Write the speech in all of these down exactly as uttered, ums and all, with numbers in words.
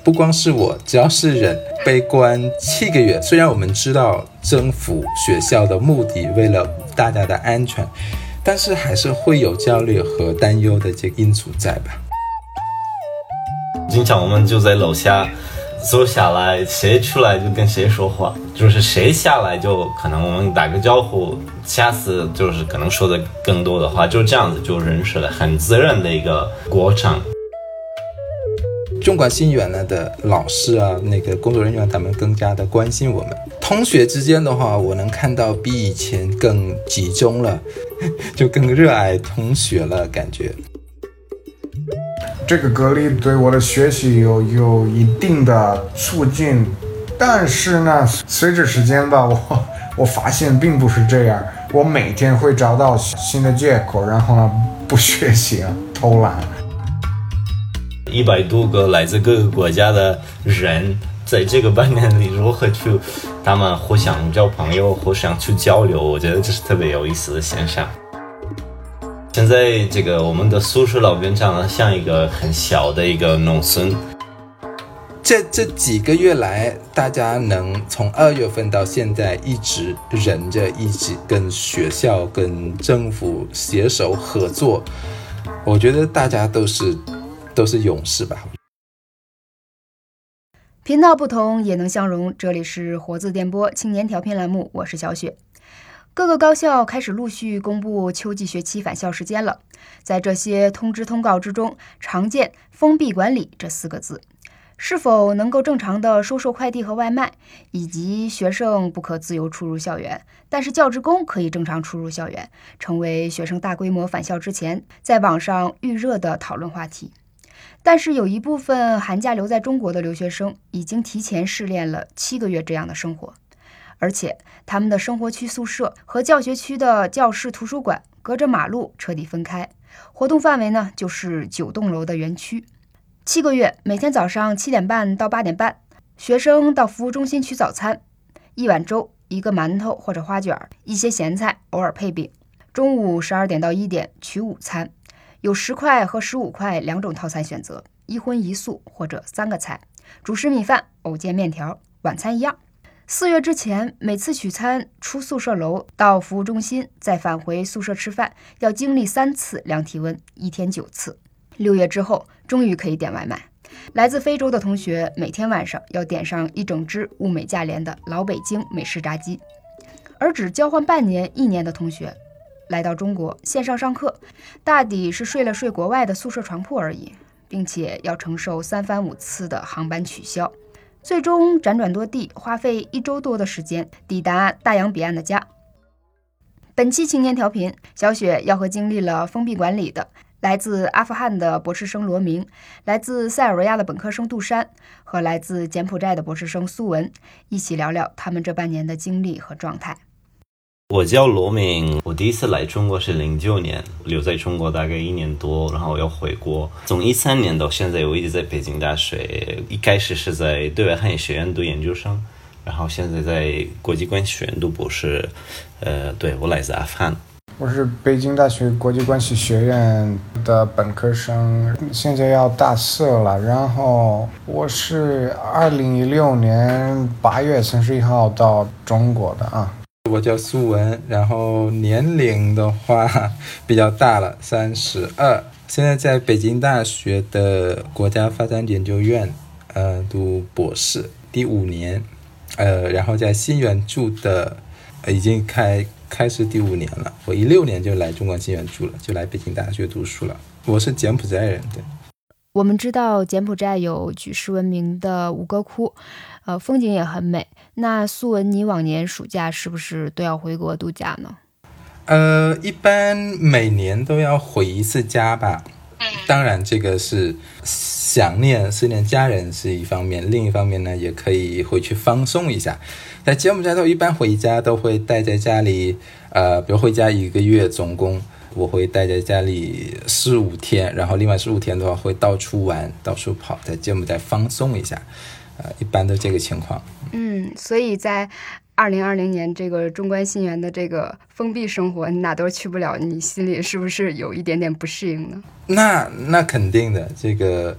不光是我，只要是人被关七个月，虽然我们知道政府学校的目的为了大家的安全，但是还是会有焦虑和担忧的这个因素在吧。 经常我们就在楼下坐下来，谁出来就跟谁说话，就是谁下来就可能我们打个招呼，下次就是可能说的更多的话，就这样子就认识了，很自然的一个过程。 中管新源的老师啊，那个工作人员他们更加的关心我们。同学之间的话，我能看到比以前更集中了，就更热爱同学了感觉。 这个隔离对我的学习有有一定的促进，但是呢，随着时间吧，我我发现并不是这样。我每天会找到新的借口，然后呢，不学习啊，偷懒。 一百多个来自各个国家的人，在这个半年里如何去他们互相交朋友，互相去交流，我觉得这是特别有意思的现象。现在这个我们的宿舍老边长得像一个很小的一个农村。 这这几个月来，大家能从二月份到现在一直忍着，一直跟学校、跟政府携手合作，我觉得大家都是都是勇士吧。 频道不同也能相融，这里是活字电波青年调频栏目，我是小雪。各个高校开始陆续公布秋季学期返校时间了，在这些通知通告之中，常见封闭管理这四个字。是否能够正常的收受快递和外卖，以及学生不可自由出入校园，但是教职工可以正常出入校园，成为学生大规模返校之前在网上预热的讨论话题。但是有一部分寒假留在中国的留学生已经提前试炼了七个月这样的生活，而且他们的生活区宿舍和教学区的教室图书馆隔着马路彻底分开，活动范围呢就是九栋楼的园区。七个月，每天早上七点半到八点半，学生到服务中心取早餐，一碗粥，一个馒头或者花卷，一些咸菜，偶尔配饼。中午十二点到一点取午餐，有十块和十五块两种套餐选择，一荤一素或者三个菜，主食米饭，偶见面条，晚餐一样。四月之前，每次取餐出宿舍楼到服务中心，再返回宿舍吃饭，要经历三次量体温，一天九次。六月之后，终于可以点外卖。来自非洲的同学每天晚上要点上一整只物美价廉的老北京美式炸鸡，而只交换半年、一年的同学来到中国线上上课，大抵是睡了睡国外的宿舍床铺而已，并且要承受三番五次的航班取消，最终辗转多地，花费一周多的时间抵达大洋彼岸的家。本期青年调频，小雪要和经历了封闭管理的来自阿富汗的博士生罗明，来自塞尔维亚的本科生杜珊和来自柬埔寨的博士生苏文一起聊聊他们这半年的经历和状态。 我叫罗明，我第一次来中国是零九年，留在中国大概一年多，然后要回国。从一三年到现在，我一直在北京大学，一开始是在对外汉语学院读研究生，然后现在在国际关系学院读博士。呃，对，我来自阿富汗。 我是北京大学国际关系学院的本科生，现在要大四了。然后我是二零一六年八月三十一号到中国的啊。 我叫苏文，然后年龄的话比较大了，三十二，现在在北京大学的国家发展研究院呃读博士，第五年，呃，然后在新源住的，呃、已经开开始第五年了。我一六年就来中国新源住了，就来北京大学读书了。我是柬埔寨人，对。 我们知道柬埔寨有举世闻名的吴哥窟，呃，风景也很美。那苏文，你往年暑假是不是都要回国度假呢？ 呃，一般每年都要回一次家吧。当然，这个是想念、思念家人是一方面，另一方面呢，也可以回去放松一下。在柬埔寨都一般回家都会待在家里，呃，比如回家一个月，总共我会待在家里十五天，然后另外十五天的话会到处玩，到处跑，在柬埔寨放松一下，呃，一般都这个情况。 嗯，所以在二零二零年这个中关新源的这个封闭生活，你哪都去不了，你心里是不是有一点点不适应呢？ 那那肯定的，这个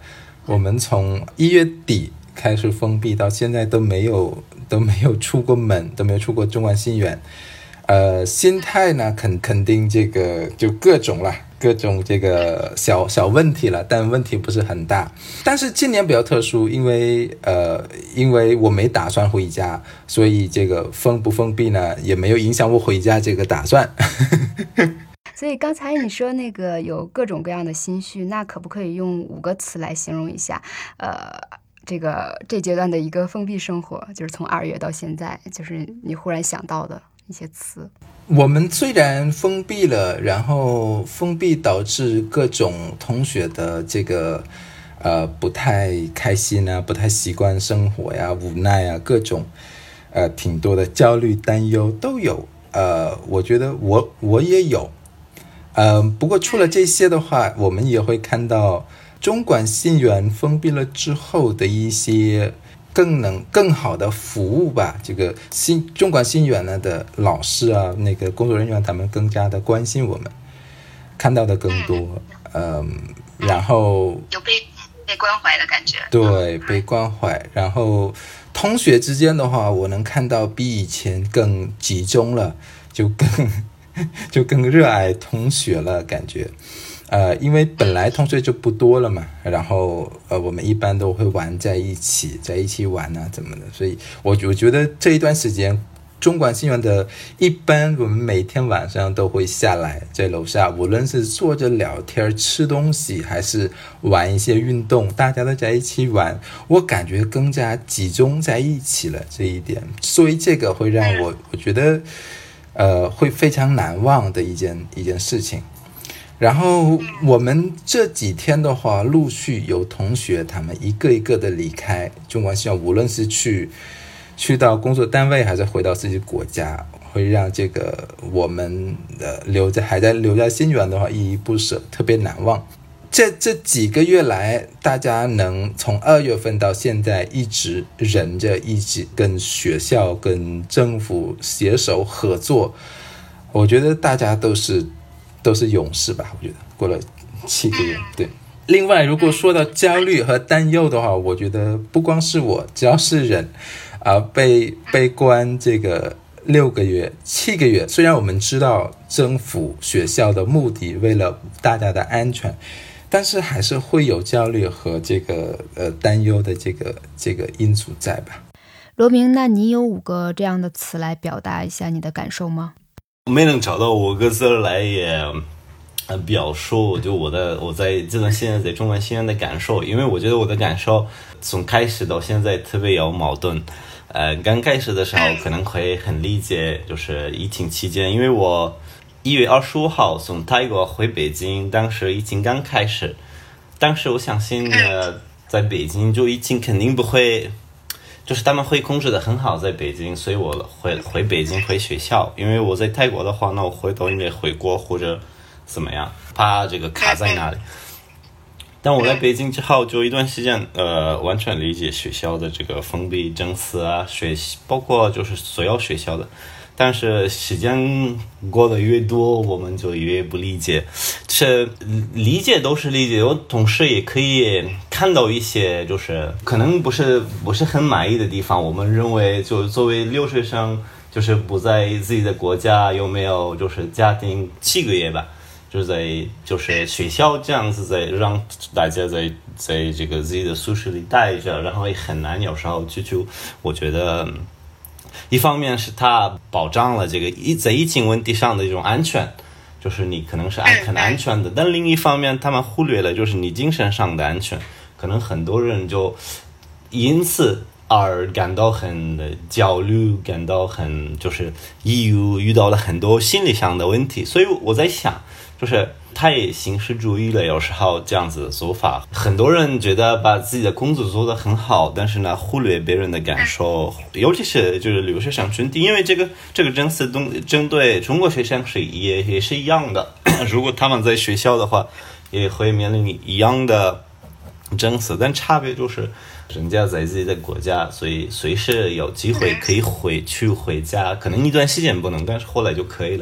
我们从一月底开始封闭到现在都没有都没有出过门，都没有出过中关新园。呃，心态呢，肯肯定这个就各种啦，各种这个小小问题了，但问题不是很大。但是今年比较特殊，因为呃，因为我没打算回家，所以这个封不封闭呢，也没有影响我回家这个打算。 所以刚才你说那个有各种各样的心绪，那可不可以用五个词来形容一下？呃，这个这阶段的一个封闭生活，就是从二月到现在，就是你忽然想到的一些词。 我们虽然封闭了，然后封闭导致各种同学的这个呃不太开心啊，不太习惯生活呀，无奈啊，各种呃挺多的焦虑担忧都有。呃，我觉得我我也有。呃，不过除了这些的话，我们也会看到中管新园封闭了之后的一些更能更好的服务吧。这个新中管新园呢的老师啊，那个工作人员他们更加的关心我们，看到的更多，嗯，然后有被被关怀的感觉。 对，被关怀。然后同学之间的话，我能看到比以前更集中了，就更就更热爱同学了，感觉。呃，因为本来同学就不多了嘛，然后呃，我们一般都会玩在一起，在一起玩啊，怎么的，所以我我觉得这一段时间，中管新园的一般我们每天晚上都会下来在楼下，无论是坐着聊天、吃东西，还是玩一些运动，大家都在一起玩，我感觉更加集中在一起了这一点，所以这个会让我我觉得呃会非常难忘的一件一件事情。然后我们这几天的话，陆续有同学他们一个一个的离开中管新园，无论是去去到工作单位，还是回到自己国家，会让这个我们呃留在还在留在新园的话依依不舍，特别难忘。这这几个月来，大家能从二月份到现在一直忍着，一直跟学校跟政府携手合作，我觉得大家都是都是勇士吧。我觉得过了七个月，对。另外，如果说到焦虑和担忧的话，我觉得不光是我，只要是人啊、呃，被被关这个六个月、七个月，虽然我们知道政府、学校的目的为了大家的安全，但是还是会有焦虑和这个呃担忧的这个这个因素在吧。 罗明，那你有五个这样的词来表达一下你的感受吗？ 没能找到五个字来也呃表述就我的我在这段现在在中管新园的感受，因为我觉得我的感受从开始到现在特别有矛盾。呃，刚开始的时候可能会很理解，就是疫情期间，因为我一月二十五号从泰国回北京，当时疫情刚开始，当时我相信呃在北京就疫情肯定不会。就是他们会控制的很好，在北京，所以我回回北京回学校。因为我在泰国的话，那我回头应该回国或者怎么样，怕这个卡在那里。但我来北京之后，就一段时间，呃，完全理解学校的这个封闭政策啊，学习包括就是所有学校的。但是时间过得越多，我们就越不理解。是理解都是理解，我同时也可以看到一些就是可能不是不是很满意的地方。我们认为，就作为留学生，就是不在自己的国家，有没有就是家庭七个月吧，就是在就是学校这样子在让大家在在这个自己的宿舍里待着，然后也很难有时候就就我觉得。一方面是它保障了这个在疫情问题上的这种安全，就是你可能是安很安全的，但另一方面他们忽略了就是你精神上的安全，可能很多人就因此而感到很焦虑，感到很就是抑郁，遇到了很多心理上的问题。所以我在想，就是太形式主义了，有时候这样子的做法，很多人觉得把自己的工作做得很好，但是呢忽略别人的感受，尤其是就是留学生群体，因为这个这个政策针对中国学生是也也是一样的，如果他们在学校的话，也会面临一样的政策，但差别就是人家在自己的国家，所以随时有机会可以回去回家，可能一段时间不能，但是后来就可以了。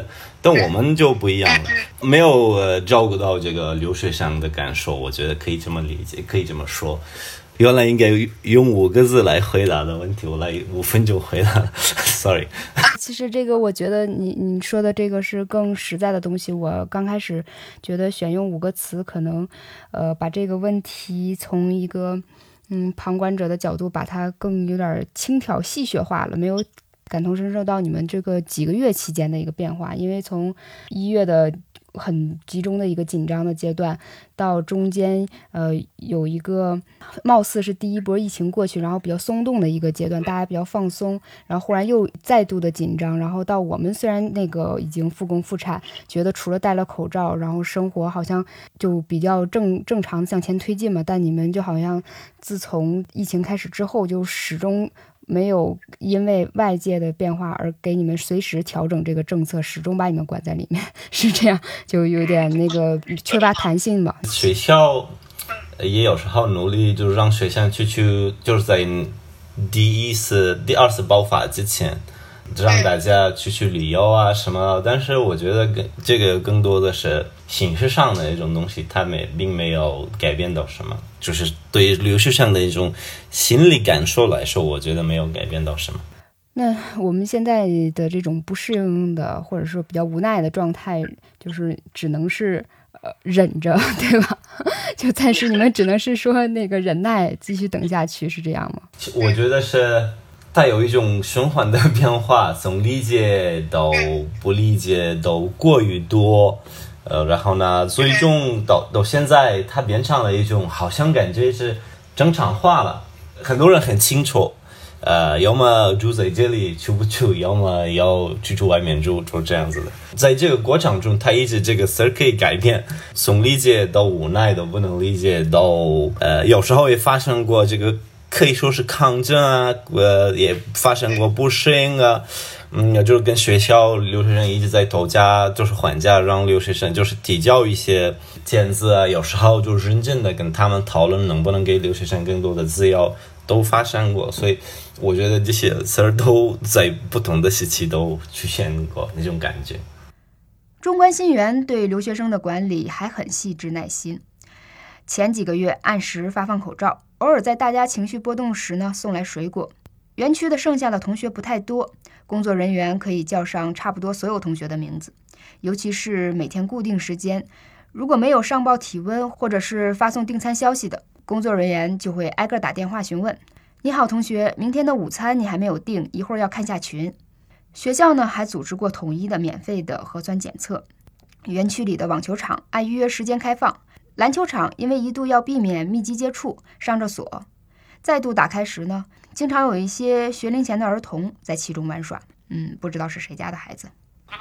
但我们就不一样了，没有呃照顾到这个留学生的感受，我觉得可以这么理解，可以这么说。原来应该用五个字来回答的问题，我来五分钟回答，sorry。 其实这个我觉得你你说的这个是更实在的东西。我刚开始觉得选用五个词，可能呃把这个问题从一个嗯旁观者的角度，把它更有点轻佻戏谑化了，没有感同身受到你们这个几个月期间的一个变化。因为从一月的很集中的一个紧张的阶段，到中间呃有一个貌似是第一波疫情过去，然后比较松动的一个阶段，大家比较放松，然后忽然又再度的紧张，然后到我们虽然那个已经复工复产，觉得除了戴了口罩，然后生活好像就比较正正常向前推进嘛，但你们就好像自从疫情开始之后，就始终没有因为外界的变化而给你们随时调整这个政策，始终把你们关在里面，是这样，就有点那个缺乏弹性吧。 学校也有时候努力，就是让学生去去，就是在第一次、第二次爆发之前，让大家去去旅游啊什么。但是我觉得这个更多的是形式上的一种东西，它没并没有改变到什么。就是对于留学生的一种心理感受来说，我觉得没有改变到什么。 那我们现在的这种不适应的，或者说比较无奈的状态，就是只能是呃忍着，对吧？就暂时你们只能是说那个忍耐，继续等下去，是这样吗？ 我觉得是它有一种循环的变化，从理解到不理解到过于多。呃，然后呢，最终到到现在，它变成了一种好像感觉是正常化了。很多人很清楚，呃，要么住在这里出不去，要么要去住外面住，就这样子的。在这个过程中，它一直这个词可以改变，从理解到无奈，到不能理解，到呃，有时候也发生过这个可以说是抗争啊，呃，也发生过不适应啊。嗯，就是跟学校留学生一直在讨价，就是还价，让留学生就是提交一些件子啊，有时候就认真的跟他们讨论能不能给留学生更多的自由，都发生过。所以我觉得这些事儿都在不同的时期都出现过那种感觉。 中关新园对留学生的管理还很细致耐心，前几个月按时发放口罩，偶尔在大家情绪波动时呢送来水果。园区的剩下的同学不太多，工作人员可以叫上差不多所有同学的名字，尤其是每天固定时间，如果没有上报体温或者是发送订餐消息的，工作人员就会挨个打电话询问：你好同学，明天的午餐你还没有订，一会儿要看下群。学校呢还组织过统一的免费的核酸检测。园区里的网球场按预约时间开放，篮球场因为一度要避免密集接触上着锁，再度打开时呢，经常有一些学龄前的儿童在其中玩耍，嗯，不知道是谁家的孩子。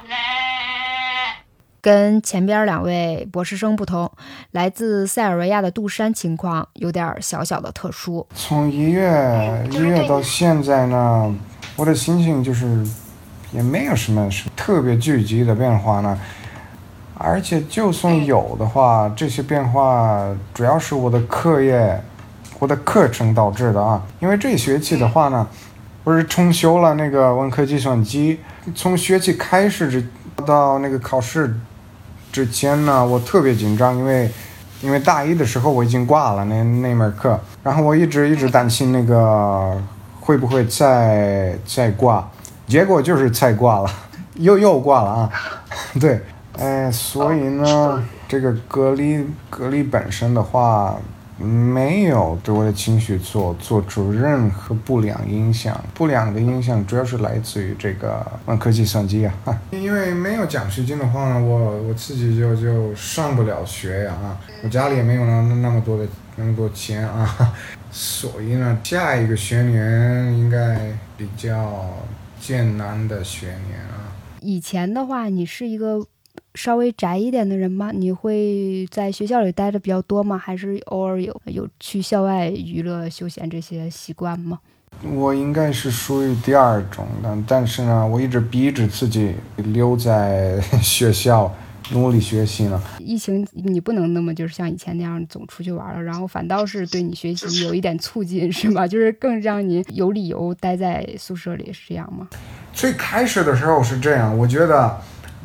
跟前边两位博士生不同，来自塞尔维亚的杜珊情况有点小小的特殊。 从一月一月到现在呢，我的心情就是也没有什么特别聚集的变化呢，而且就算有的话，这些变化主要是我的课业我的课程导致的啊。因为这学期的话呢，我是重修了那个文科计算机，从学期开始到那个考试之前呢，我特别紧张，因为因为大一的时候我已经挂了那那门课，然后我一直一直担心那个会不会再再挂，结果就是再挂了，又又挂了啊，对，哎，所以呢，这个隔离隔离本身的话，没有对我的情绪做做出任何不良影响，不良的影响主要是来自于这个文科计算机啊，因为没有奖学金的话呢，我我自己就就上不了学呀啊，我家里也没有那那么多的那么多钱啊，所以呢，下一个学年应该比较艰难的学年啊。 以前的话，你是一个稍微宅一点的人吗？你会在学校里待的比较多吗？还是偶尔有有去校外娱乐休闲这些习惯吗？ 我应该是属于第二种的，但是呢，我一直逼着自己留在学校努力学习呢。 疫情你不能那么就是像以前那样总出去玩了，然后反倒是对你学习有一点促进，是吧？就是更让你有理由待在宿舍里，是这样吗？ 最开始的时候是这样，我觉得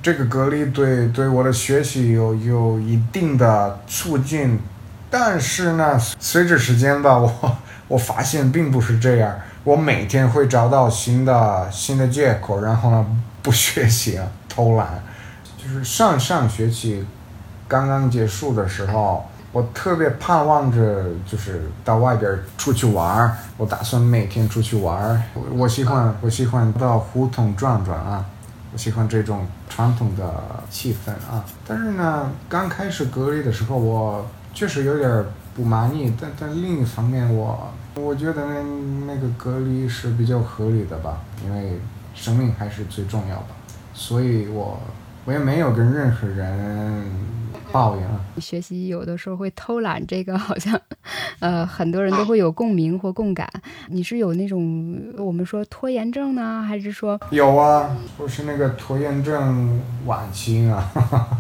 这个隔离对对我的学习有有一定的促进，但是呢，随着时间吧，我我发现并不是这样。我每天会找到新的新的借口，然后呢不学习了，偷懒。就是上上学期刚刚结束的时候，我特别盼望着就是到外边出去玩，我打算每天出去玩。我我喜欢我喜欢到胡同转转啊，我喜欢这种传统的气氛啊。但是呢，刚开始隔离的时候，我确实有点不满意，但但另一方面我我觉得那那个隔离是比较合理的吧，因为生命还是最重要吧，所以我我也没有跟任何人抱怨啊。 学习有的时候会偷懒，这个好像呃很多人都会有共鸣或共感。你是有那种我们说拖延症呢，还是说？ 有啊，我是那个拖延症晚期啊。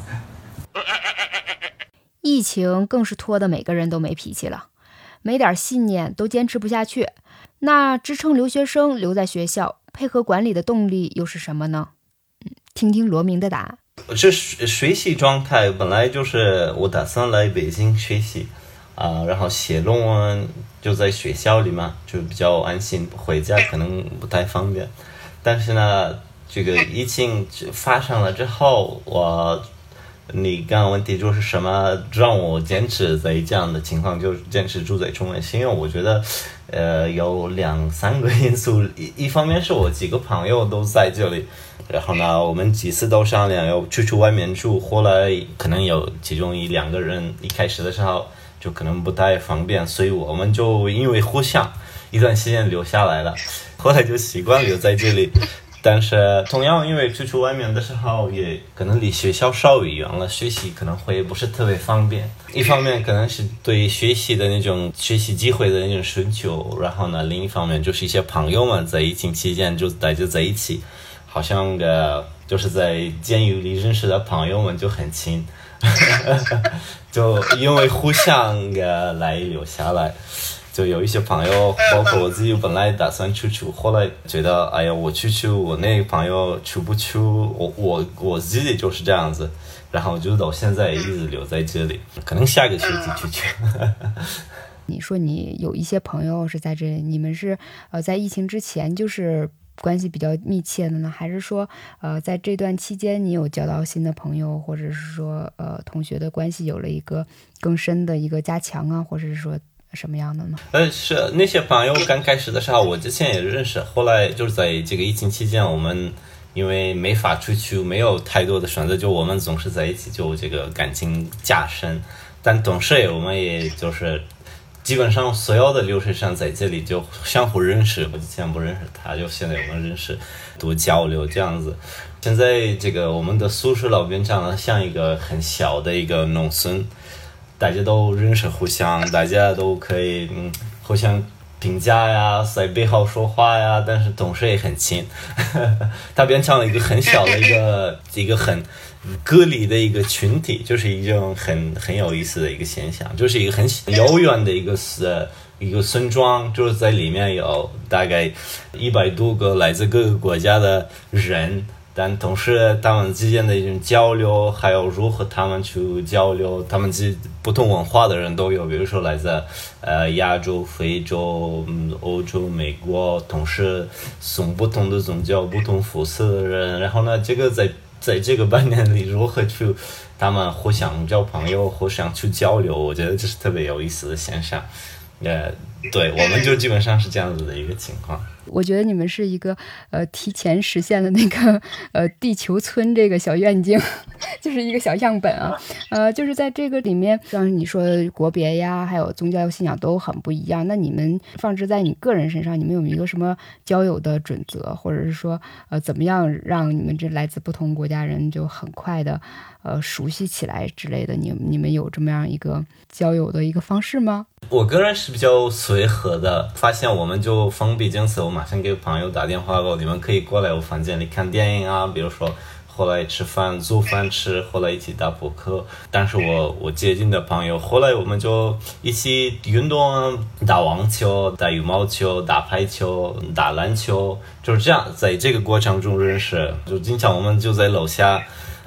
疫情更是拖得每个人都没脾气了，没点信念都坚持不下去。那支撑留学生留在学校配合管理的动力又是什么呢？嗯，听听罗明的答案。 这学习状态本来就是我打算来北京学习啊、呃，然后写论文就在学校里嘛，就比较安心，回家可能不太方便。但是呢，这个疫情发生了之后，我你刚刚问题就是什么让我坚持在这样的情况，就坚持住在中文系，因为我觉得呃有两三个因素，一一方面是我几个朋友都在这里，然后呢我们几次都商量要出去外面住，后来可能有其中一两个人一开始的时候就可能不太方便，所以我们就因为互相一段时间留下来了，后来就习惯留在这里。但是同样因为出去外面的时候也可能离学校稍微远了，学习可能会不是特别方便，一方面可能是对学习的那种学习机会的那种需求，然后呢另一方面就是一些朋友们在疫情期间就大家在一起，好像呃就是在监狱里认识的朋友们就很亲就因为互相呃来留下来，就有一些朋友，包括我自己本来打算出去，后来觉得哎呀我出去我那个朋友出不出，我我我自己就是这样子，然后就到现在一直留在这里，可能下个学期出去你说你有一些朋友是在这里，你们是呃在疫情之前就是关系比较密切的呢，还是说呃在这段期间你有交到新的朋友，或者是说呃同学的关系有了一个更深的一个加强啊，或者是说什么样的呢？ 呃，是那些朋友刚开始的时候我之前也认识，后来就是在这个疫情期间，我们因为没法出去，没有太多的选择，就我们总是在一起，就这个感情加深。但同时我们也就是基本上所有的留学生在这里就相互认识，我之前不认识他，就现在我们认识，多交流这样子。现在这个我们的宿舍老变成了像一个很小的一个农村，大家都认识互相，大家都可以嗯互相评价呀，在背后说话呀，但是同时也很亲它变成了一个很小的一个一个很隔离的一个群体，就是一种很很有意思的一个现象，就是一个很遥远的一个呃一个村庄，就是在里面有大概一百多个来自各个国家的人，但同时他们之间的一种交流，还有如何他们去交流，他们之不同文化的人都有，比如说来自呃亚洲、非洲、嗯、欧洲、美国，同时从不同的宗教、不同肤色的人，然后呢，这个在在这个半年里如何去他们互相交朋友，互相去交流，我觉得这是特别有意思的现象。呃，对，我们就基本上是这样子的一个情况。 我觉得你们是一个呃提前实现了那个呃地球村这个小愿景，就是一个小样本啊，呃，就是在这个里面，像你说国别呀，还有宗教信仰都很不一样。那你们放置在你个人身上，你们有没有一个什么交友的准则，或者是说呃怎么样让你们这来自不同国家人就很快的呃熟悉起来之类的？你你们有这么样一个交友的一个方式吗？ 我个人是比较随和的，发现我们就封闭政策，我马上给朋友打电话过，你们可以过来我房间里看电影啊，比如说后来吃饭做饭吃，后来一起打扑克。但是我我接近的朋友，后来我们就一起运动啊，打网球、打羽毛球、打排球、打篮球，就是这样，在这个过程中认识，就经常我们就在楼下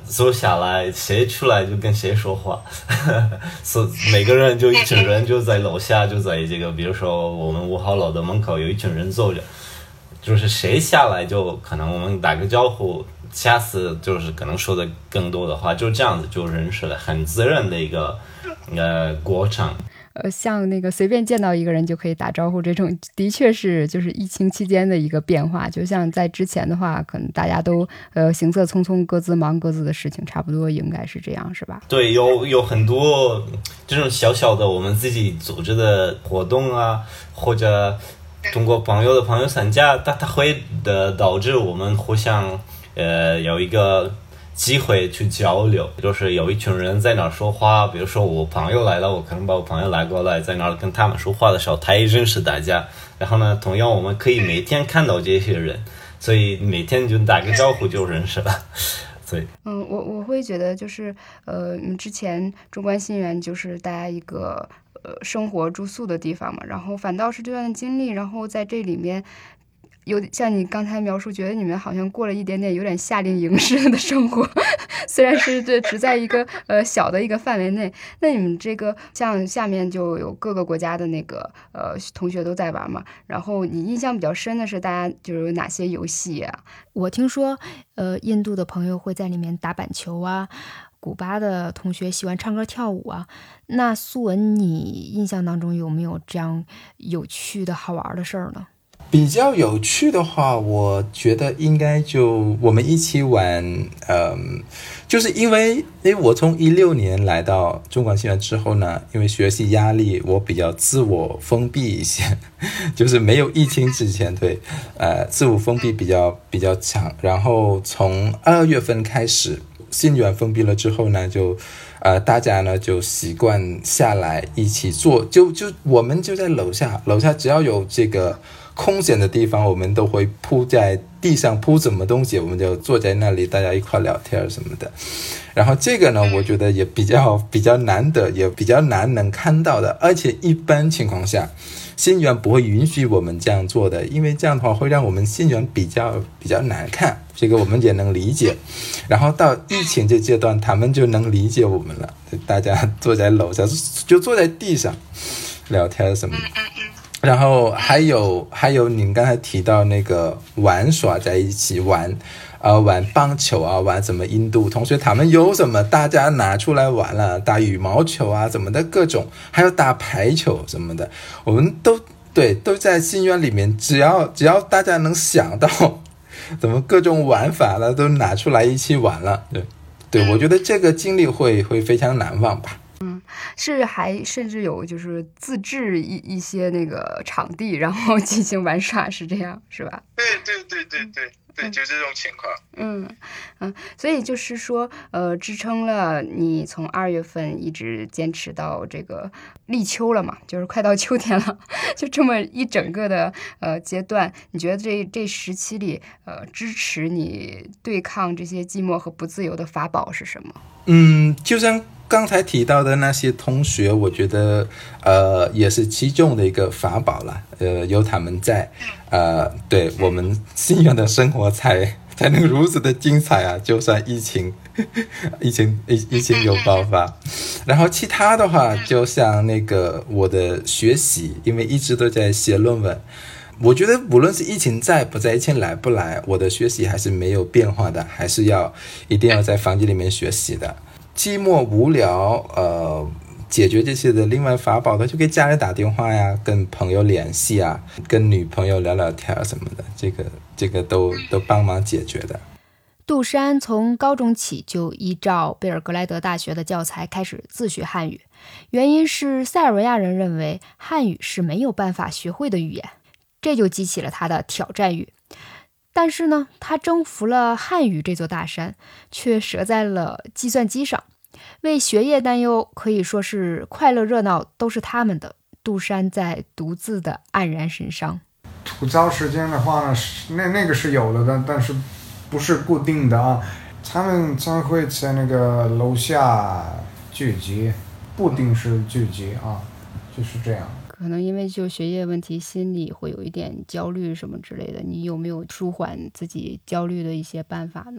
坐下来，谁出来就跟谁说话，所以每个人就一群人就在楼下，就在这个，比如说我们五号楼的门口有一群人坐着，就是谁下来就可能我们打个招呼，下次就是可能说的更多的话，就这样子就认识了，很自然的一个呃过程。 呃，像那个随便见到一个人就可以打招呼，这种的确是就是疫情期间的一个变化。就像在之前的话，可能大家都呃行色匆匆，各自忙各自的事情，差不多应该是这样，是吧？ 对，有有很多这种小小的我们自己组织的活动啊，或者中国朋友的朋友参加，它它会的导致我们互相呃有一个机会去交流，就是有一群人在那儿说话，比如说我朋友来了，我可能把我朋友来过来，在那儿跟他们说话的时候，他也认识大家。然后呢，同样我们可以每天看到这些人，所以每天就打个招呼就认识了。所以， 嗯，我我会觉得就是呃，之前中关新园就是大家一个呃生活住宿的地方嘛，然后反倒是这段经历，然后在这里面。有像你刚才描述，觉得你们好像过了一点点有点夏令营似的生活，虽然是这只在一个呃小的一个范围内。那你们这个像下面就有各个国家的那个呃同学都在玩嘛，然后你印象比较深的是大家就是有哪些游戏啊？我听说呃印度的朋友会在里面打板球啊，古巴的同学喜欢唱歌跳舞啊。那素文，你印象当中有没有这样有趣的好玩的事儿呢？ 比较有趣的话，我觉得应该就我们一起玩，嗯，就是因为因为我从一六年来到中关新园之后呢，因为学习压力，我比较自我封闭一些，就是没有疫情之前，对，呃，自我封闭比较比较强。然后从二月份开始，新园封闭了之后呢，就呃大家呢就习惯下来一起做，就就我们就在楼下，楼下只要有这个。空闲的地方，我们都会铺在地上铺什么东西，我们就坐在那里，大家一块聊天什么的。然后这个呢，我觉得也比较比较难得，也比较难能看到的。而且一般情况下，新园不会允许我们这样做的，因为这样的话会让我们新园比较比较难看。这个我们也能理解。然后到疫情这阶段，他们就能理解我们了，大家坐在楼下，就坐在地上聊天什么的。然后还有还有，您刚才提到那个玩耍在一起玩，呃，玩棒球啊，玩什么印度同学他们有什么，大家拿出来玩了，打羽毛球啊，什么的各种，还有打排球什么的，我们都对都在新园里面，只要只要大家能想到，怎么各种玩法了，都拿出来一起玩了，对对，我觉得这个经历会会非常难忘吧。 嗯，是还甚至有就是自制一一些那个场地，然后进行玩耍，是这样是吧？ 对对对对对对，就这种情况。 嗯嗯，所以就是说，呃，支撑了你从二月份一直坚持到这个立秋了嘛，就是快到秋天了，就这么一整个的呃阶段，你觉得这这时期里，呃，支持你对抗这些寂寞和不自由的法宝是什么？ 嗯，就像刚才提到的那些同学，我觉得呃也是其中的一个法宝了。呃，有他们在，呃，对我们新园的生活才才能如此的精彩啊！就算疫情，疫情疫疫情有爆发，然后其他的话，就像那个我的学习，因为一直都在写论文。我觉得无论是疫情在不在，疫情来不来，我的学习还是没有变化的，还是要一定要在房间里面学习的。寂寞无聊，呃，解决这些的另外法宝的，就给家人打电话呀，跟朋友联系啊，跟女朋友聊聊天什么的，这个这个都都帮忙解决的。 杜珊从高中起就依照贝尔格莱德大学的教材开始自学汉语，原因是塞尔维亚人认为汉语是没有办法学会的语言，这就激起了他的挑战欲。但是呢，他征服了汉语这座大山，却折在了计算机上。为学业担忧，可以说是快乐热闹都是他们的。杜珊在独自的黯然神伤。 吐槽时间的话呢，那那个是有的，但但是不是固定的啊。他们将会在那个楼下聚集，不定时聚集啊，就是这样。 可能因为就学业问题，心里会有一点焦虑什么之类的，你有没有舒缓自己焦虑的一些办法呢？或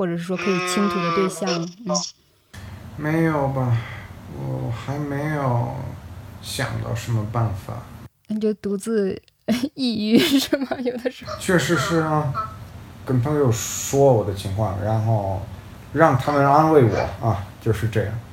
或者是说可以倾吐的对象？嗯， 没有吧，我还没有想到什么办法。 你就独自抑郁是吗？有的时候确实是啊，跟朋友说我的情况，然后让他们安慰我啊，就是这样。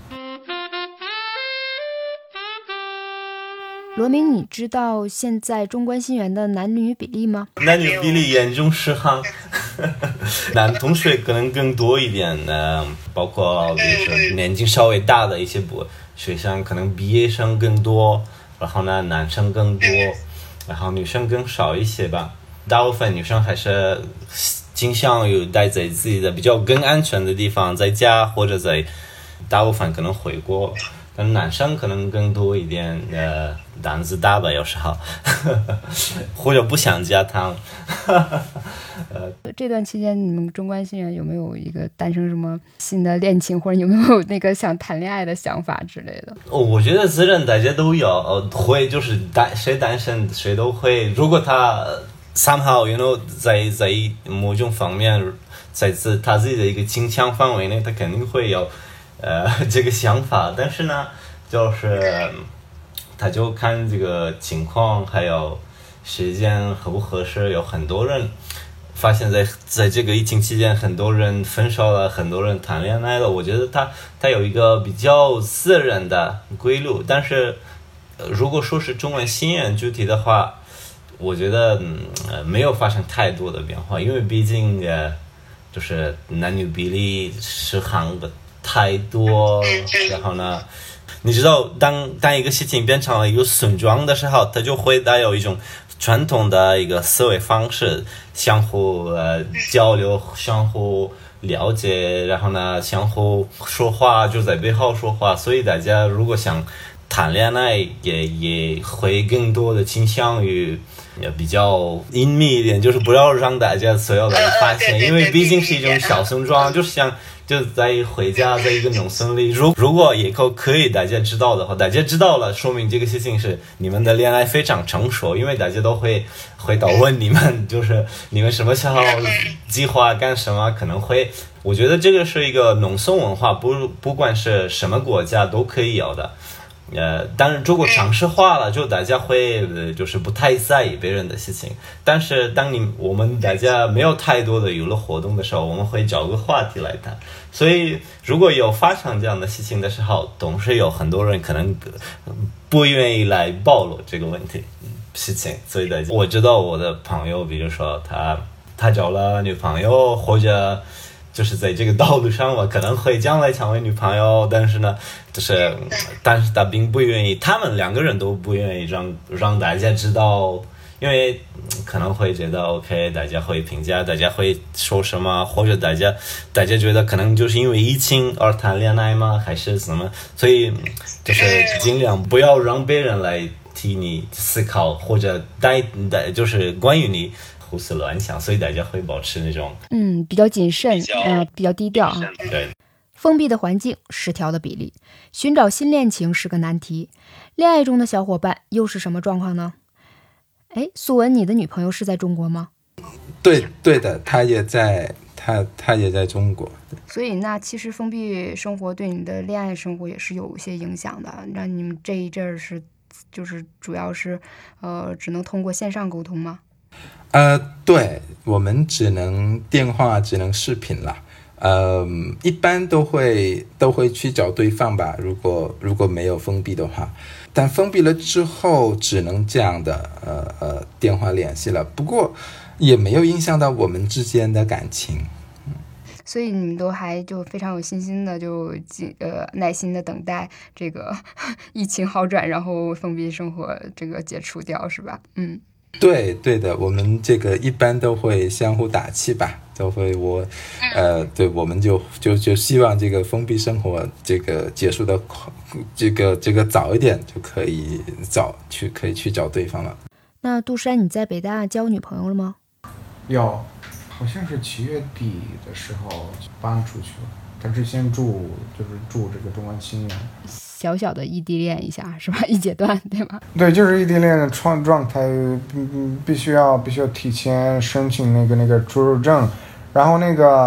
罗明，你知道现在中关新园的男女比例吗？ 男女比例严重失衡，男同学可能更多一点呢，包括比如说年纪稍微大的一些学生，可能毕业生更多，然后呢男生更多，然后女生更少一些吧。大部分女生还是倾向于待在自己的比较更安全的地方，在家或者在大部分可能回国。但男生可能更多一点，呃，胆子大吧，有时候，或者不想加汤。 呃，这段期间，你们中关新园有没有一个诞生什么新的恋情，或者有没有那个想谈恋爱的想法之类的？ 哦，我觉得自然大家都有，呃，会就是单谁单身谁都会。如果他 somehow you know 在在某种方面，在自他自己的一个倾向范围内，他肯定会有。呃，这个想法，但是呢，就是他就看这个情况，还有时间合不合适。有很多人发现在，在在这个疫情期间，很多人分手了，很多人谈恋爱了。我觉得他他有一个比较自然的规律，但是、呃、如果说是中文新园具体的话，我觉得、嗯呃、没有发生太多的变化，因为毕竟呃，就是男女比例失衡的。太多，然后呢，你知道，当当一个事情变成了一个损状的时候，它就会带有一种传统的一个思维方式，相互呃交流，相互了解，然后呢，相互说话，就在背后说话。所以大家如果想谈恋爱，也也会更多的倾向于也比较隐秘一点，就是不要让大家所有的人发现，因为毕竟是一种小村庄，就是像。就在回家，在一个农村里，如如果以后可以大家知道的话，大家知道了，说明这个事情是你们的恋爱非常成熟，因为大家都会回头问你们，就是你们什么时候计划干什么，可能会，我觉得这个是一个农村文化，不不管是什么国家都可以有的。呃，当然如果城市化了，就大家会、呃、就是不太在意别人的事情。但是当你我们大家没有太多的娱乐活动的时候，我们会找个话题来谈。所以如果有发生这样的事情的时候，总是有很多人可能不愿意来暴露这个问题事情。所以大家，我知道我的朋友，比如说他他找了女朋友，或者。就是在这个道路上，我可能会将来成为女朋友，但是呢，就是，但是他并不愿意，他们两个人都不愿意让让大家知道，因为可能会觉得 OK， 大家会评价，大家会说什么，或者大家大家觉得可能就是因为疫情而谈恋爱吗？还是什么？所以就是尽量不要让别人来替你思考，或者带带就是关于你。胡思乱想，所以大家会保持那种嗯比较谨慎，呃比较低调啊。 对， 封闭的环境，失调的比例，寻找新恋情是个难题。恋爱中的小伙伴又是什么状况呢？哎，苏文，你的女朋友是在中国吗？ 对对的，她也在，她她也在中国。 所以那其实封闭生活对你的恋爱生活也是有一些影响的。让你们这一阵儿是就是主要是呃只能通过线上沟通吗？ 呃，对，我们只能电话，只能视频啦。呃，一般都会都会去找对方吧，如果如果没有封闭的话，但封闭了之后只能这样的呃呃电话联系了。不过也没有影响到我们之间的感情。 所以你们都还就非常有信心的，就呃耐心的等待这个疫情好转，然后封闭生活这个解除掉，是吧？嗯。 对对的，我们这个一般都会相互打气吧，都会我，呃，对，我们就就就希望这个封闭生活这个结束的这个这个早一点，就可以找去可以去找对方了。 那杜珊，你在北大交女朋友了吗？ 有，好像是七月底的时候搬出去了。他之前住就是住这个中关新园。 小小的异地恋一下是吧？一阶段对吗？ 对，就是异地恋的状状态，嗯，必须要必须要提前申请那个那个出入证，然后那个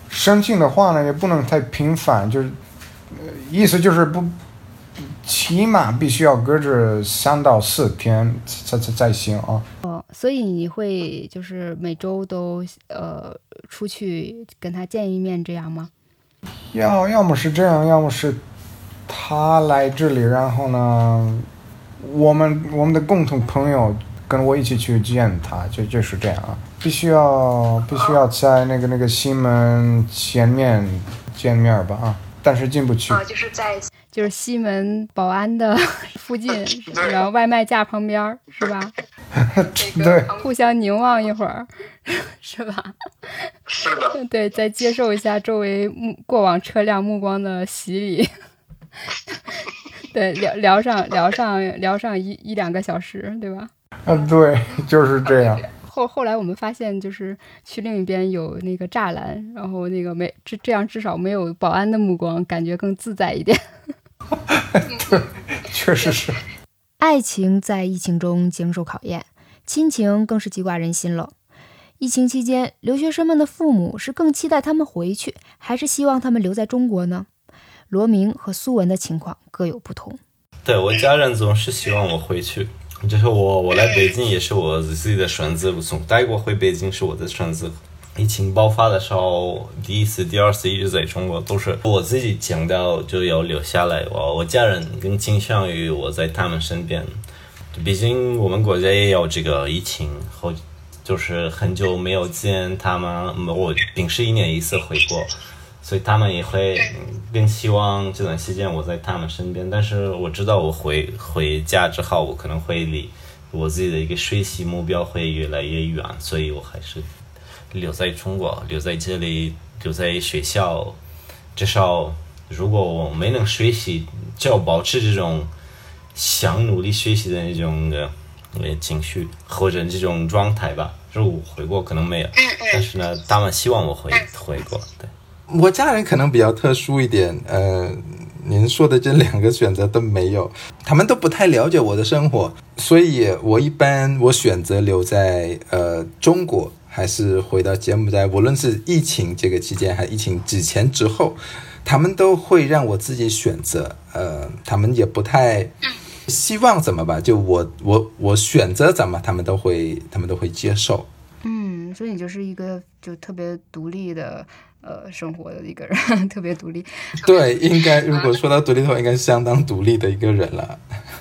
申请的话呢，也不能太频繁，就是、呃、意思就是不，起码必须要隔着三到四天才才才行啊。 哦，所以你会就是每周都呃出去跟他见一面这样吗？ 要要么是这样，要么是他来这里，然后呢，我们我们的共同朋友跟我一起去见他，就就是这样啊。必须要必须要在那个那个西门前面见面吧啊，但是进不去。 啊，就是在就是西门保安的附近，然后外卖架旁边，是吧？ 对， 互相凝望一会儿，是吧？ 是的， 对，再接受一下周围目过往车辆目光的洗礼。对，聊聊上聊上聊上一一两个小时，对吧？ 啊，对，就是这样。 后后来我们发现，就是去另一边有那个栅栏，然后那个没这这样至少没有保安的目光，感觉更自在一点。 对，确实是。 爱情在疫情中经受考验，亲情更是记挂人心了。疫情期间，留学生们的父母是更期待他们回去，还是希望他们留在中国呢？罗明和苏文的情况各有不同。 对，我家人总是希望我回去。就是我，我来北京也是我自己的选择，从泰国回北京是我的选择。疫情爆发的时候，第一次、第二次一直在中国，都是我自己讲到就要留下来。我我家人更倾向于我在他们身边，毕竟我们国家也有这个疫情，后就是很久没有见他们，我平时一年一次回国。所以他们也会更希望这段时间我在他们身边，但是我知道我回回家之后，我可能会离我自己的一个学习目标会越来越远，所以我还是留在中国，留在这里，留在学校。至少如果我没能学习，就要保持这种想努力学习的那种的情绪或者这种状态吧。如果我回国可能没有，但是呢，他们希望我回回国，对。 我家人可能比较特殊一点，呃，您说的这两个选择都没有，他们都不太了解我的生活，所以我一般我选择留在呃中国，还是回到柬埔寨，无论是疫情这个期间，还是疫情之前之后，他们都会让我自己选择，呃，他们也不太希望怎么吧，就我我我选择怎么，他们都会他们都会接受。 嗯，所以你就是一个就特别独立的。呃，生活的一个人，特别独立。 对，应该如果说到独立的话，应该是相当独立的一个人了。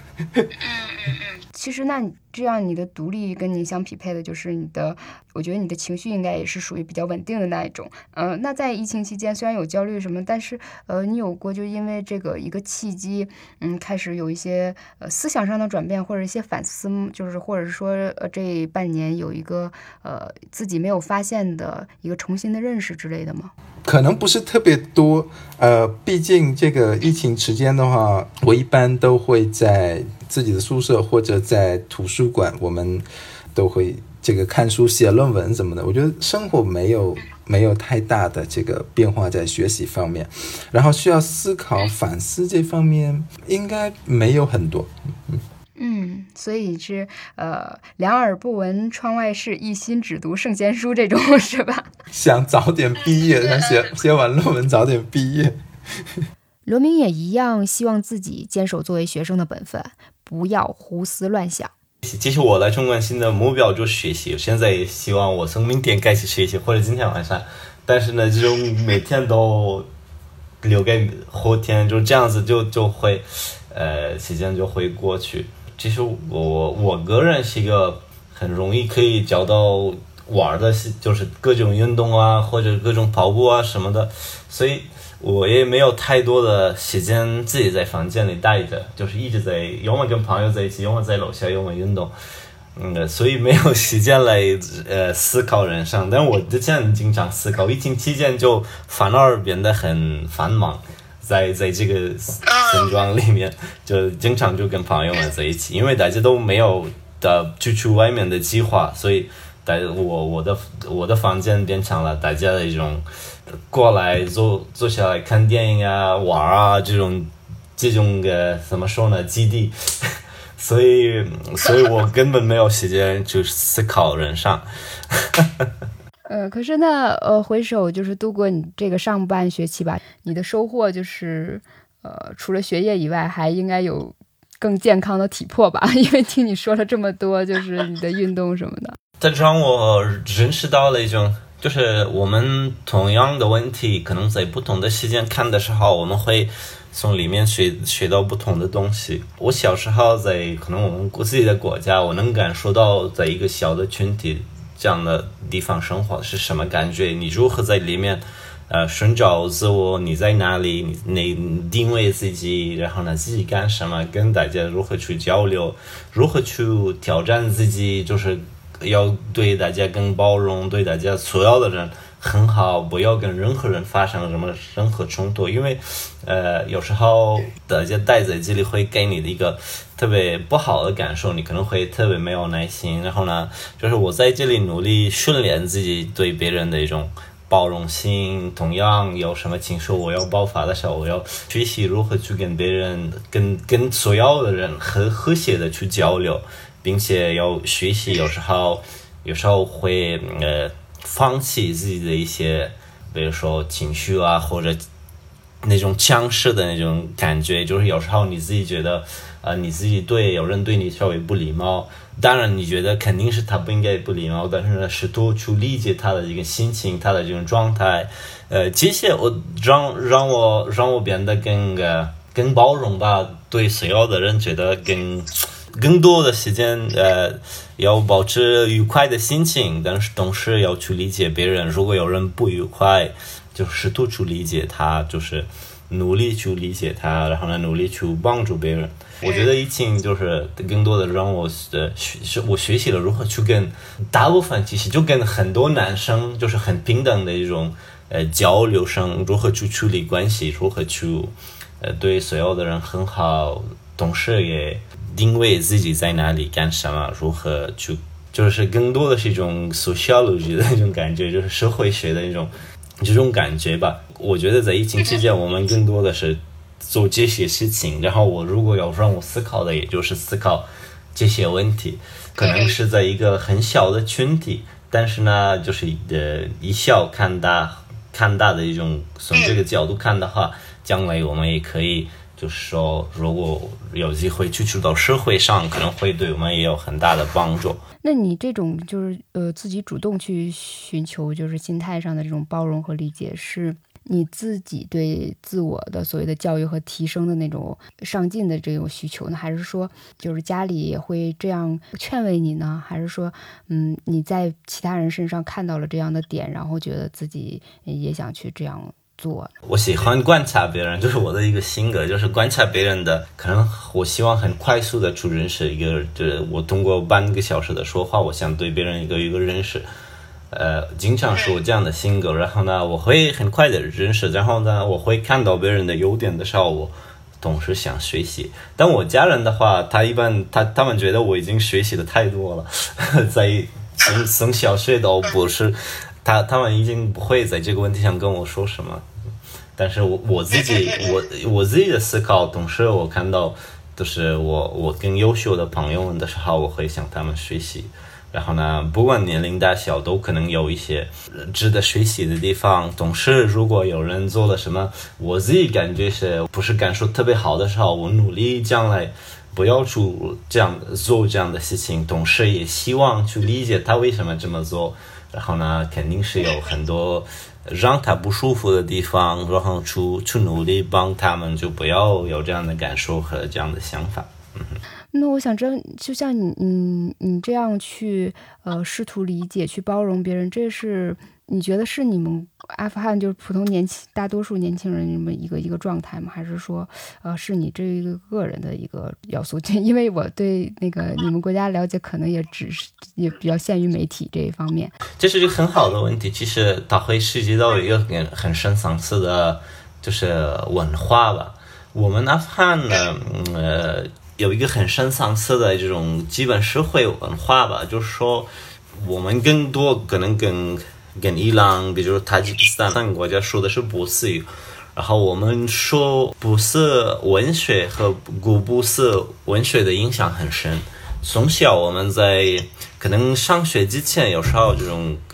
其实，那你这样你的独立跟你相匹配的就是你的，我觉得你的情绪应该也是属于比较稳定的那一种。呃，那在疫情期间，虽然有焦虑什么，但是呃，你有过就因为这个一个契机，嗯，开始有一些呃思想上的转变，或者一些反思，就是或者说呃这半年有一个呃自己没有发现的一个重新的认识之类的吗？ 可能不是特别多，呃，毕竟这个疫情期间的话，我一般都会在自己的宿舍或者在图书馆，我们都会这个看书、写论文什么的。我觉得生活没有没有太大的这个变化在学习方面，然后需要思考、反思这方面应该没有很多。嗯。 嗯，所以是呃，两耳不闻窗外事，一心只读圣贤书这种是吧？ 想早点毕业，想写写完论文早点毕业。 罗明也一样，希望自己坚守作为学生的本分，不要胡思乱想。 其实我来中国新的目标就是学习，现在也希望我从明天开始学习，或者今天晚上。但是呢，这种每天都留给后天，就这样子就就会，呃，时间就会过去。其实我我个人是一个很容易可以找到玩的，就是各种运动啊，或者各种跑步啊什么的，所以我也没有太多的时间自己在房间里待着，就是一直在要么跟朋友在一起，要么在楼下，要么运动，嗯，所以没有时间来呃思考人生。但我之前经常思考，疫情期间就反而变得很繁忙。在在这个村庄里面，就经常就跟朋友们在一起，因为大家都没有的出去外面的计划，所以大我我的我的房间变成了大家的一种过来坐坐下来看电影啊、玩啊这种这种的怎么说呢基地，所以所以我根本没有时间去思考人生。 呃，可是呢，呃，回首就是度过你这个上半学期吧，你的收获就是，呃，除了学业以外，还应该有更健康的体魄吧？因为听你说了这么多，就是你的运动什么的。 这让我认识到了一种，就是我们同样的问题，可能在不同的时间看的时候，我们会从里面学学到不同的东西。我小时候在可能我们自己的国家，我能感受到在一个小的群体这样的地方生活是什么感觉，你如何在里面呃寻找自我，你在哪里，你你定位自己，然后呢自己干什么，跟大家如何去交流，如何去挑战自己，就是要对大家更包容，对大家所有的人很好，不要跟任何人发生什么任何冲突，因为呃有时候大家待在这里会给你的一个特别不好的感受，你可能会特别没有耐心。然后呢，就是我在这里努力训练自己对别人的一种包容性，同样有什么情绪我要爆发的时候，我要学习如何去跟别人跟跟所有的人和和谐的去交流，并且要学习有时候有时候会呃放弃自己的一些比如说情绪啊，或者那种强势的那种感觉，就是有时候你自己觉得呃你自己对有人对你稍微不礼貌，当然你觉得肯定是他不应该不礼貌，但是呢试图去理解他的这个心情，他的这种状态，呃这些我让让我让我变得更呃更包容吧，对所有的人觉得更更多的时间呃要保持愉快的心情，但是同时要去理解别人，如果有人不愉快就试图去理解他，就是努力去理解他，然后呢努力去帮助别人。我觉得疫情就是更多的让我呃学我学习了如何去跟大部分其实就跟很多男生就是很平等的一种呃交流上，如何去处理关系，如何去呃对所有的人很好，同时也定位自己在哪里干什么，如何去就是更多的是一种 sociology 的一种感觉，就是社会学的一种这种感觉吧。我觉得在疫情期间我们更多的是做这些事情，然后我如果要让我思考的也就是思考这些问题，可能是在一个很小的群体，但是呢就是呃一小看大看大的一种，从这个角度看的话，将来我们也可以就是说如果有机会去处到社会上，可能会对我们也有很大的帮助。 那你这种就是呃自己主动去寻求就是心态上的这种包容和理解，是你自己对自我的所谓的教育和提升的那种上进的这种需求呢，还是说就是家里也会这样劝慰你呢？还是说嗯你在其他人身上看到了这样的点，然后觉得自己也想去这样做？ 我喜欢观察别人，就是我的一个性格，就是观察别人的，可能我希望很快速的去认识一个，就是我通过半个小时的说话，我想对别人一个一个认识。呃，经常是我这样的性格，然后呢，我会很快的认识，然后呢，我会看到别人的优点的时候，我总是想学习。但我家人的话，他一般他他们觉得我已经学习的太多了，在从从小学到博士，他他们已经不会在这个问题上跟我说什么。但是我我自己我我自己的思考，同时我看到就是我我更优秀的朋友们的时候，我会向他们学习。然后呢，不管年龄大小，都可能有一些值得学习的地方。总是如果有人做了什么，我自己感觉是不是感受特别好的时候，我努力将来不要去这样做这样的事情。同时也希望去理解他为什么这么做。然后呢，肯定是有很多让他不舒服的地方，然后去去努力帮他们，就不要有这样的感受和这样的想法。嗯。 那我想知道，就像你，你你这样去呃试图理解、去包容别人，这是你觉得是你们阿富汗就是普通年轻大多数年轻人这么一个一个状态吗？还是说呃是你这一个个人的一个要素？因为我对那个你们国家了解可能也只是也比较限于媒体这一方面。 这是一个很好的问题，其实它会涉及到一个很很深层次的，就是文化吧。我们阿富汗呢，呃。有一个很深层次的这种基本社会文化吧，就是说我们更多可能跟跟伊朗，比如说塔吉克斯坦三个国家说的是波斯语，然后我们说波斯文学和古波斯文学的影响很深。从小我们在可能上学之前，有时候这种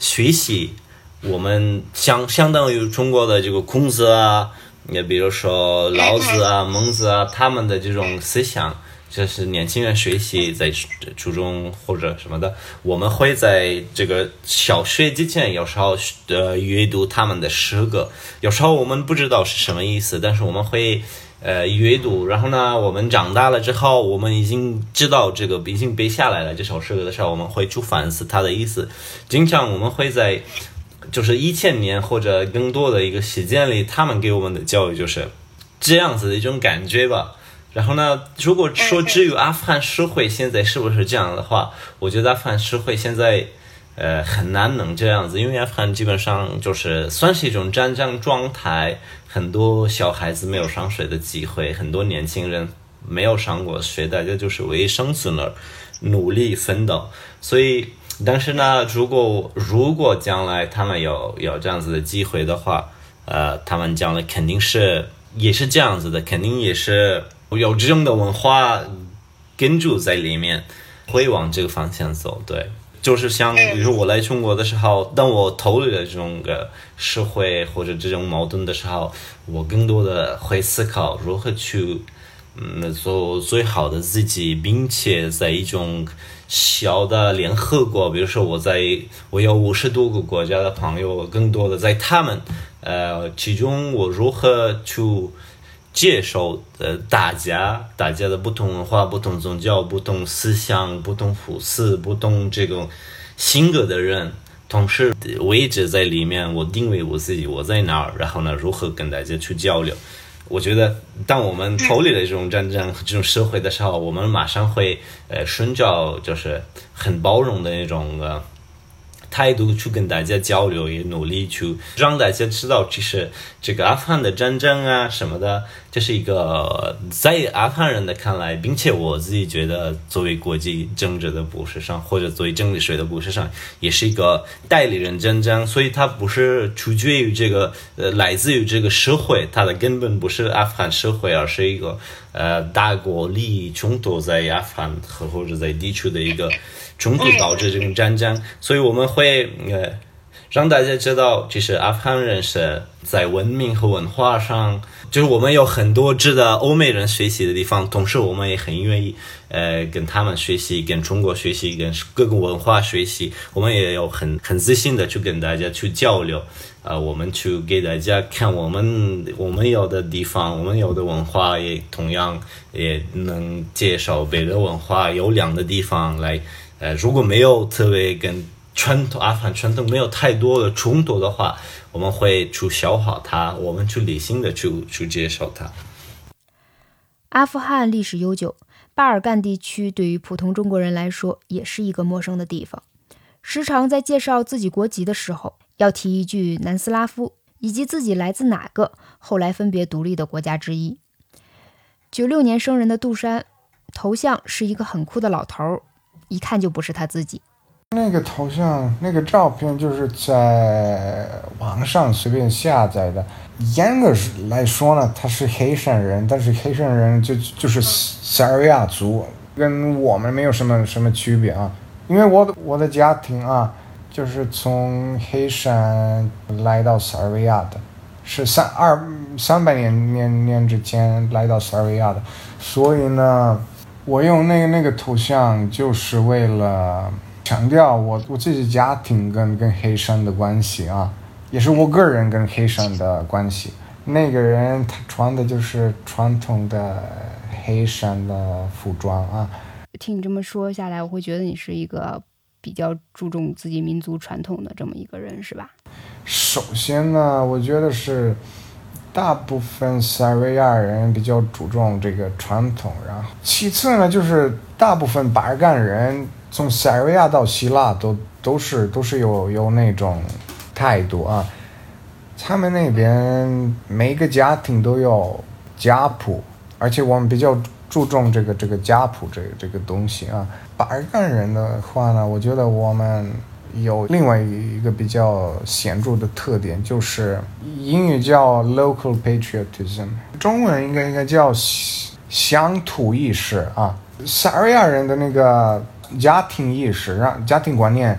学习我们相相当于中国的这个孔子啊，也比如说老子啊、孟子啊，他们的这种思想，就是年轻人学习在初中或者什么的，我们会在这个小学之前有时候呃阅读他们的诗歌，有时候我们不知道是什么意思，但是我们会呃阅读，然后呢，我们长大了之后，我们已经知道这个已经背下来了这首诗歌的时候，我们会去反思它的意思。经常我们会在就是一千年或者更多的一个时间里，他们给我们的教育就是这样子的一种感觉吧。然后呢，如果说至于阿富汗社会现在是不是这样的话，我觉得阿富汗社会现在呃很难能这样子，因为阿富汗基本上就是算是一种战争状态，很多小孩子没有上学的机会，很多年轻人没有上过学，大家就是为生存而努力奋斗。所以但是呢，如果如果将来他们有有这样子的机会的话，呃他们将来肯定是也是这样子的，肯定也是有这种的文化根住在里面，会往这个方向走。对，就是像比如说我来中国的时候，当我投入了这种个社会或者这种矛盾的时候，我更多的会思考如何去嗯做最好的自己，并且在一种小的联合国，比如说我在我有五十多个国家的朋友，更多的在他们呃其中我如何去接受呃大家大家的不同文化、不同宗教、不同思想、不同肤色、不同这种性格的人，同时位置在里面，我定位我自己我在哪儿，然后呢如何跟大家去交流。我觉得当我们脱离了这种战争这种社会的时候，我们马上会呃寻找就是很包容的那种呃态度去跟大家交流，也努力去让大家知道，其实这个阿富汗的战争啊什么的，这是一个在阿富汗人的看来，并且我自己觉得作为国际政治的博士上，或者作为政治学的博士上，也是一个代理人战争，所以它不是取决于这个呃来自于这个社会，它的根本不是阿富汗社会，而是一个呃大国利益冲突在阿富汗和或者在地区的一个冲突导致这种战争，所以我们会呃让大家知道，其实阿富汗人是在文明和文化上，就是我们有很多值得欧美人学习的地方，同时我们也很愿意呃跟他们学习，跟中国学习，跟各个文化学习，我们也有很很自信的去跟大家去交流，呃，我们去给大家看我们我们有的地方，我们有的文化，也同样也能介绍别的文化优良的地方来。呃，如果没有特别跟传统阿富汗传统没有太多的冲突的话，我们会去消化它，我们去理性的去去接受它。 阿富汗历史悠久，巴尔干地区对于普通中国人来说也是一个陌生的地方。时常在介绍自己国籍的时候，要提一句南斯拉夫，以及自己来自哪个后来分别独立的国家之一。九六年生人的杜山，头像是一个很酷的老头，一看就不是他自己。 那个头像那个照片就是在网上随便下载的，严格来说呢他是黑山人，但是黑山人就就是塞尔维亚族，跟我们没有什么什么区别啊。因为我的我的家庭啊就是从黑山来到塞尔维亚的，是三二三百年年年之前来到塞尔维亚的，所以呢我用那个那个头像就是为了强调我我自己家庭跟跟黑山的关系啊，也是我个人跟黑山的关系。那个人他穿的就是传统的黑山的服装啊。 听你这么说下来，我会觉得你是一个比较注重自己民族传统的这么一个人，是吧？ 首先呢，我觉得是大部分塞尔维亚人比较注重这个传统，然后其次呢，就是大部分巴尔干人从塞尔维亚到希腊都都是都是有有那种态度啊。他们那边每个家庭都有家谱，而且我们比较注重这个这个家谱这个这个东西啊。巴尔干人的话呢，我觉得我们有另外一个比较显著的特点，就是英语叫 local patriotism， 中文应该应该叫乡土意识啊。塞尔维亚人的那个家庭意识、家庭观念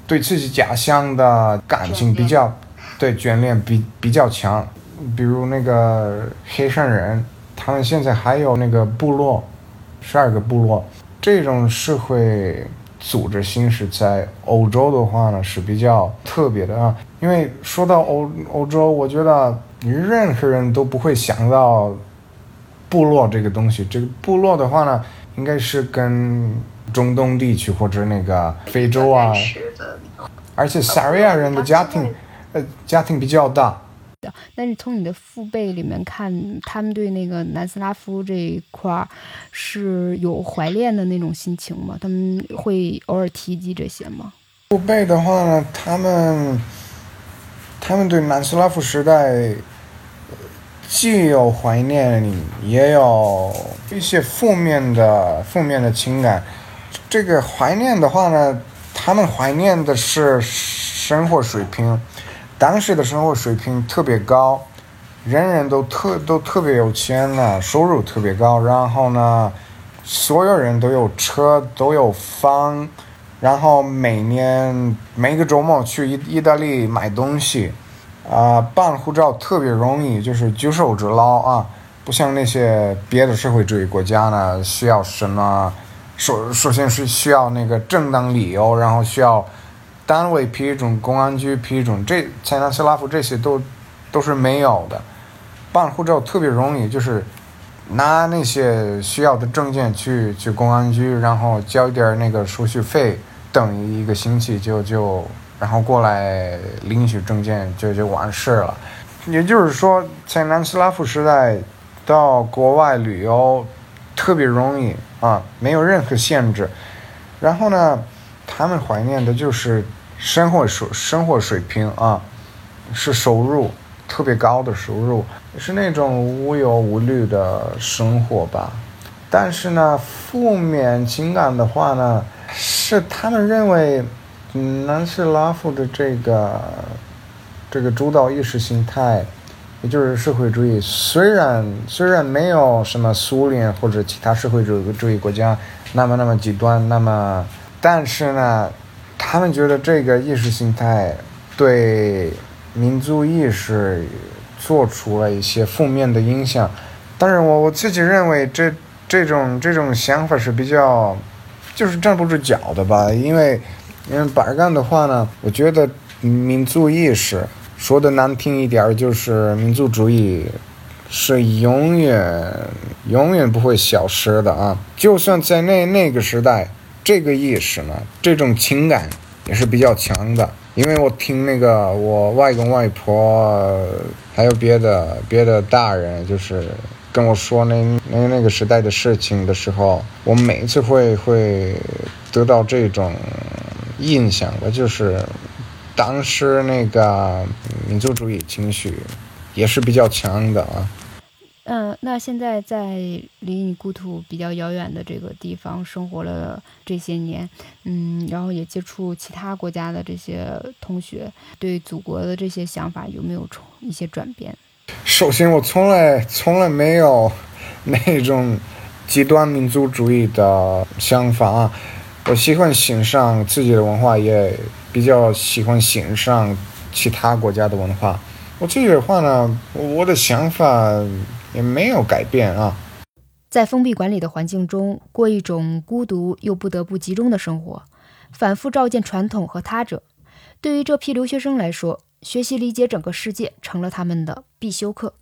对自己家乡的感情比较对眷恋比比较强。比如那个黑山人，他们现在还有那个部落，十二个部落，这种社会组织形式在欧洲的话呢是比较特别的啊。因为说到欧欧洲，我觉得任何人都不会想到部落这个东西。这个部落的话呢，应该是跟中东地区或者那个非洲啊，而且萨瑞亚人的家庭，呃，家庭比较大。 但是从你的父辈里面看，他们对那个南斯拉夫这一块是有怀恋的那种心情吗？他们会偶尔提及这些吗？ 父辈的话呢，他们他们对南斯拉夫时代既有怀念，也有一些负面的负面的情感。这个怀念的话呢，他们怀念的是生活水平。当时的生活水平特别高，人人都特都特别有钱呢，收入特别高，然后呢，所有人都有车，都有房，然后每年每个周末去意意大利买东西，啊、呃，办护照特别容易，就是举手之劳啊，不像那些别的社会主义国家呢，需要什么，首首先是需要那个正当理由，然后需要单位批准、公安局批准，这在南斯拉夫这些都都是没有的。办护照特别容易，就是拿那些需要的证件去去公安局，然后交一点那个手续费，等一个星期就就然后过来领取证件就就完事了。也就是说，在南斯拉夫时代到国外旅游特别容易啊，没有任何限制。然后呢，他们怀念的就是生活水生活水平啊，是收入特别高的收入，是那种无忧无虑的生活吧。但是呢，负面情感的话呢，是他们认为南斯拉夫的这个这个主导意识形态，也就是社会主义，虽然虽然没有什么苏联或者其他社会主义主义国家那么那么极端，那么但是呢，他们觉得这个意识形态对民族意识做出了一些负面的影响。当然我我自己认为这这种这种想法是比较就是站不住脚的吧。因为因为巴尔干的话呢，我觉得民族意识说的难听一点，就是民族主义是永远永远不会消失的啊。就算在那那个时代，这个意识呢，这种情感也是比较强的。因为我听那个我外公外婆还有别的别的大人就是跟我说那那那个时代的事情的时候，我每次会会得到这种印象的，就是当时那个民族主义情绪也是比较强的啊。 嗯，那现在在离你故土比较遥远的这个地方生活了这些年，嗯，然后也接触其他国家的这些同学，对祖国的这些想法有没有一些转变？ 首先，我从来从来没有那种极端民族主义的想法啊。我喜欢欣赏自己的文化，也比较喜欢欣赏其他国家的文化。我自己的话呢，我的想法也没有改变啊。 在封闭管理的环境中，过一种孤独又不得不集中的生活，反复照见传统和他者。对于这批留学生来说，学习理解整个世界成了他们的必修课。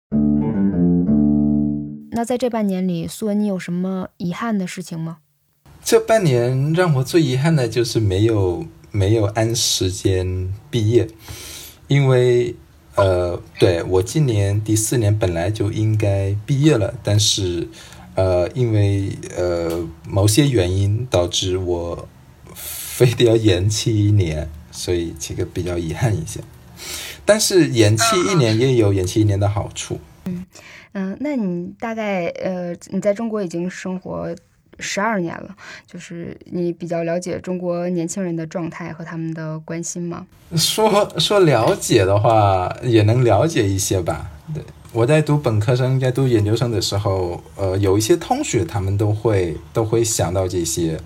那在这半年里，苏文，你有什么遗憾的事情吗？ 这半年让我最遗憾的就是没有没有按时间毕业，因为呃，对，我今年第四年本来就应该毕业了，但是呃，因为呃某些原因导致我非得要延期一年，所以这个比较遗憾一些。但是延期一年也有延期一年的好处。 嗯嗯，那你大概呃你在中国已经生活十二年了，就是你比较了解中国年轻人的状态和他们的关心吗？ 说说了解的话，也能了解一些吧。对，我在读本科生、在读研究生的时候，呃，有一些同学他们都会都会想到这些，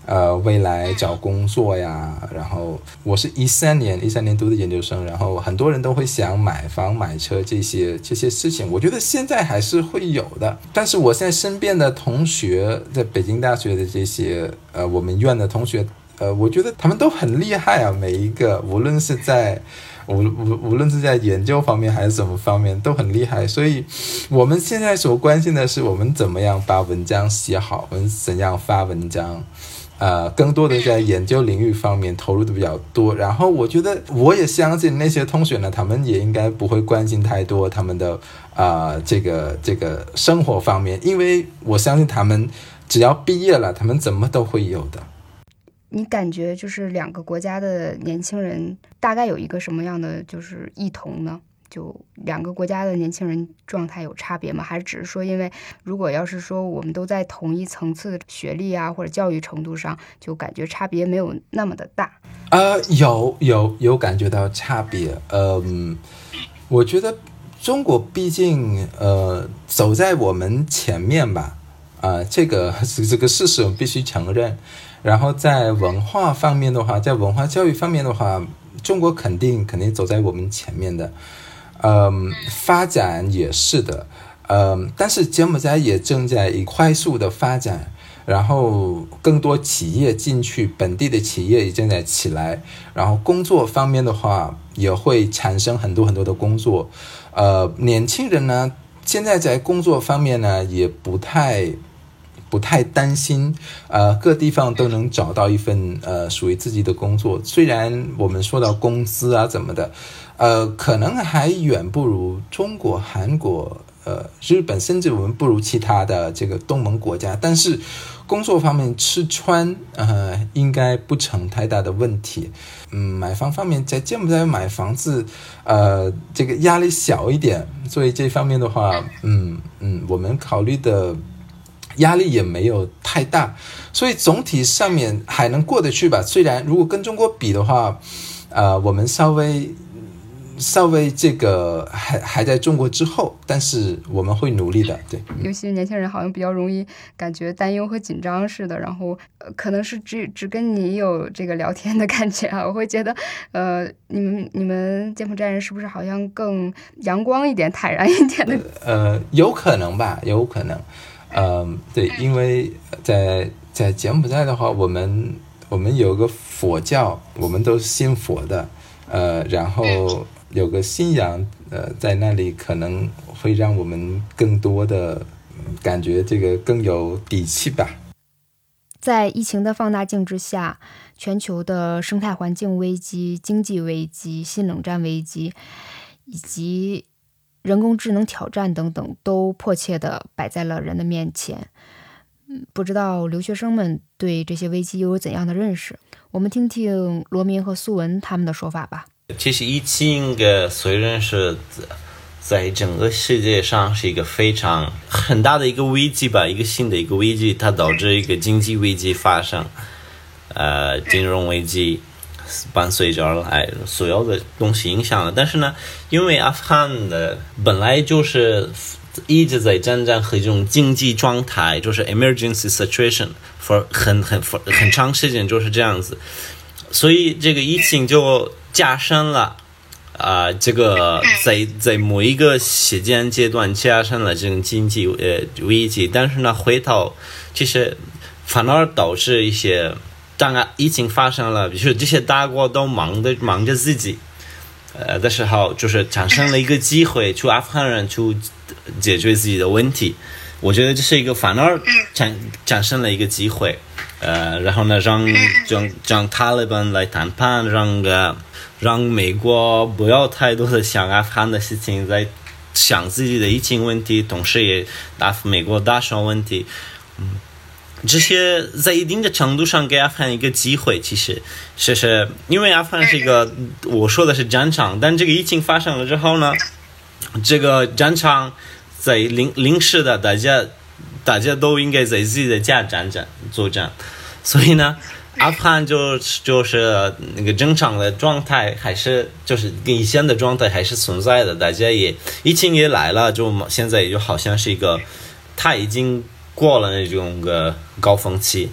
呃，未来找工作呀，然后我是一三年一三年读的研究生，然后很多人都会想买房买车这些这些事情，我觉得现在还是会有的。但是我现在身边的同学，在北京大学的这些呃我们院的同学，呃，我觉得他们都很厉害啊，每一个无论是在无无无论是在研究方面还是什么方面都很厉害，所以我们现在所关心的是我们怎么样把文章写好，我们怎样发文章。呃，更多的在研究领域方面投入的比较多，然后我觉得我也相信那些同学呢，他们也应该不会关心太多他们的啊、呃、这个这个生活方面，因为我相信他们只要毕业了，他们怎么都会有的。 你感觉就是两个国家的年轻人大概有一个什么样的就是异同呢？就两个国家的年轻人状态有差别吗？还是只是说，因为如果要是说我们都在同一层次的学历啊或者教育程度上，就感觉差别没有那么的大？ 呃，有有有感觉到差别。嗯、呃，我觉得中国毕竟呃走在我们前面吧，啊、呃，这个这个事实我们必须承认。然后在文化方面的话，在文化教育方面的话，中国肯定肯定走在我们前面的。嗯，发展也是的，嗯，但是柬埔寨也正在以快速的发展，然后更多企业进去，本地的企业也正在起来，然后工作方面的话也会产生很多很多的工作，呃，年轻人呢，现在在工作方面呢也不太不太担心，呃，各地方都能找到一份呃属于自己的工作，虽然我们说到工资啊怎么的。呃，可能还远不如中国、韩国、呃日本，甚至我们不如其他的这个东盟国家。但是工作方面吃穿，呃，应该不成太大的问题。嗯，买房方面，在柬埔寨买房子，呃，这个压力小一点，所以这方面的话，嗯嗯，我们考虑的压力也没有太大，所以总体上面还能过得去吧。虽然如果跟中国比的话，呃，我们稍微。稍微这个还还在中国之后，但是我们会努力的，对。 尤其年轻人好像比较容易感觉担忧和紧张似的，然后、呃、可能是只只跟你有这个聊天的感觉啊，我会觉得，呃，你们你们柬埔寨人是不是好像更阳光一点、坦然一点的？ 呃，有可能吧，有可能，嗯、呃，对，因为在在柬埔寨的话，我们我们有个佛教，我们都是信佛的，呃，然后。有个信仰，呃，在那里可能会让我们更多的感觉这个更有底气吧。 在疫情的放大镜之下，全球的生态环境危机、经济危机、新冷战危机，以及人工智能挑战等等，都迫切地摆在了人的面前。嗯，不知道留学生们对这些危机又有怎样的认识？我们听听罗明和苏文他们的说法吧。 其实疫情虽然是在整个世界上是一个非常很大的一个危机吧，一个新的一个危机，它导致一个经济危机发生，呃，金融危机伴随着而来，所有的东西影响了。但是呢，因为阿富汗的本来就是一直在战争和这种经济状态，就是 emergency situation for 很很很长时间就是这样子，所以这个疫情就加深了，啊、呃，这个在在某一个时间阶段加深了这种经济呃危机，但是呢，回头其实反而导致一些，当然疫情发生了，就是这些大国都忙着忙着自己，呃的时候，就是产生了一个机会，去阿富汗人去解决自己的问题。我觉得这是一个反而产产生了一个机会，呃，然后呢，让让让塔利班来谈判，让呃让美国不要太多的想阿富汗的事情，在想自己的疫情问题，同时也答复美国大选问题，嗯，这些在一定的程度上给阿富汗一个机会。其实是是因为阿富汗是一个我说的是战场，但这个疫情发生了之后呢，这个战场在临临时的，大家大家都应该在自己的家战战作战，所以呢，阿富汗就就是那个正常的状态，还是就是跟以前的状态还是存在的。大家也疫情也来了，就现在也就好像是一个，它已经过了那种个高峰期，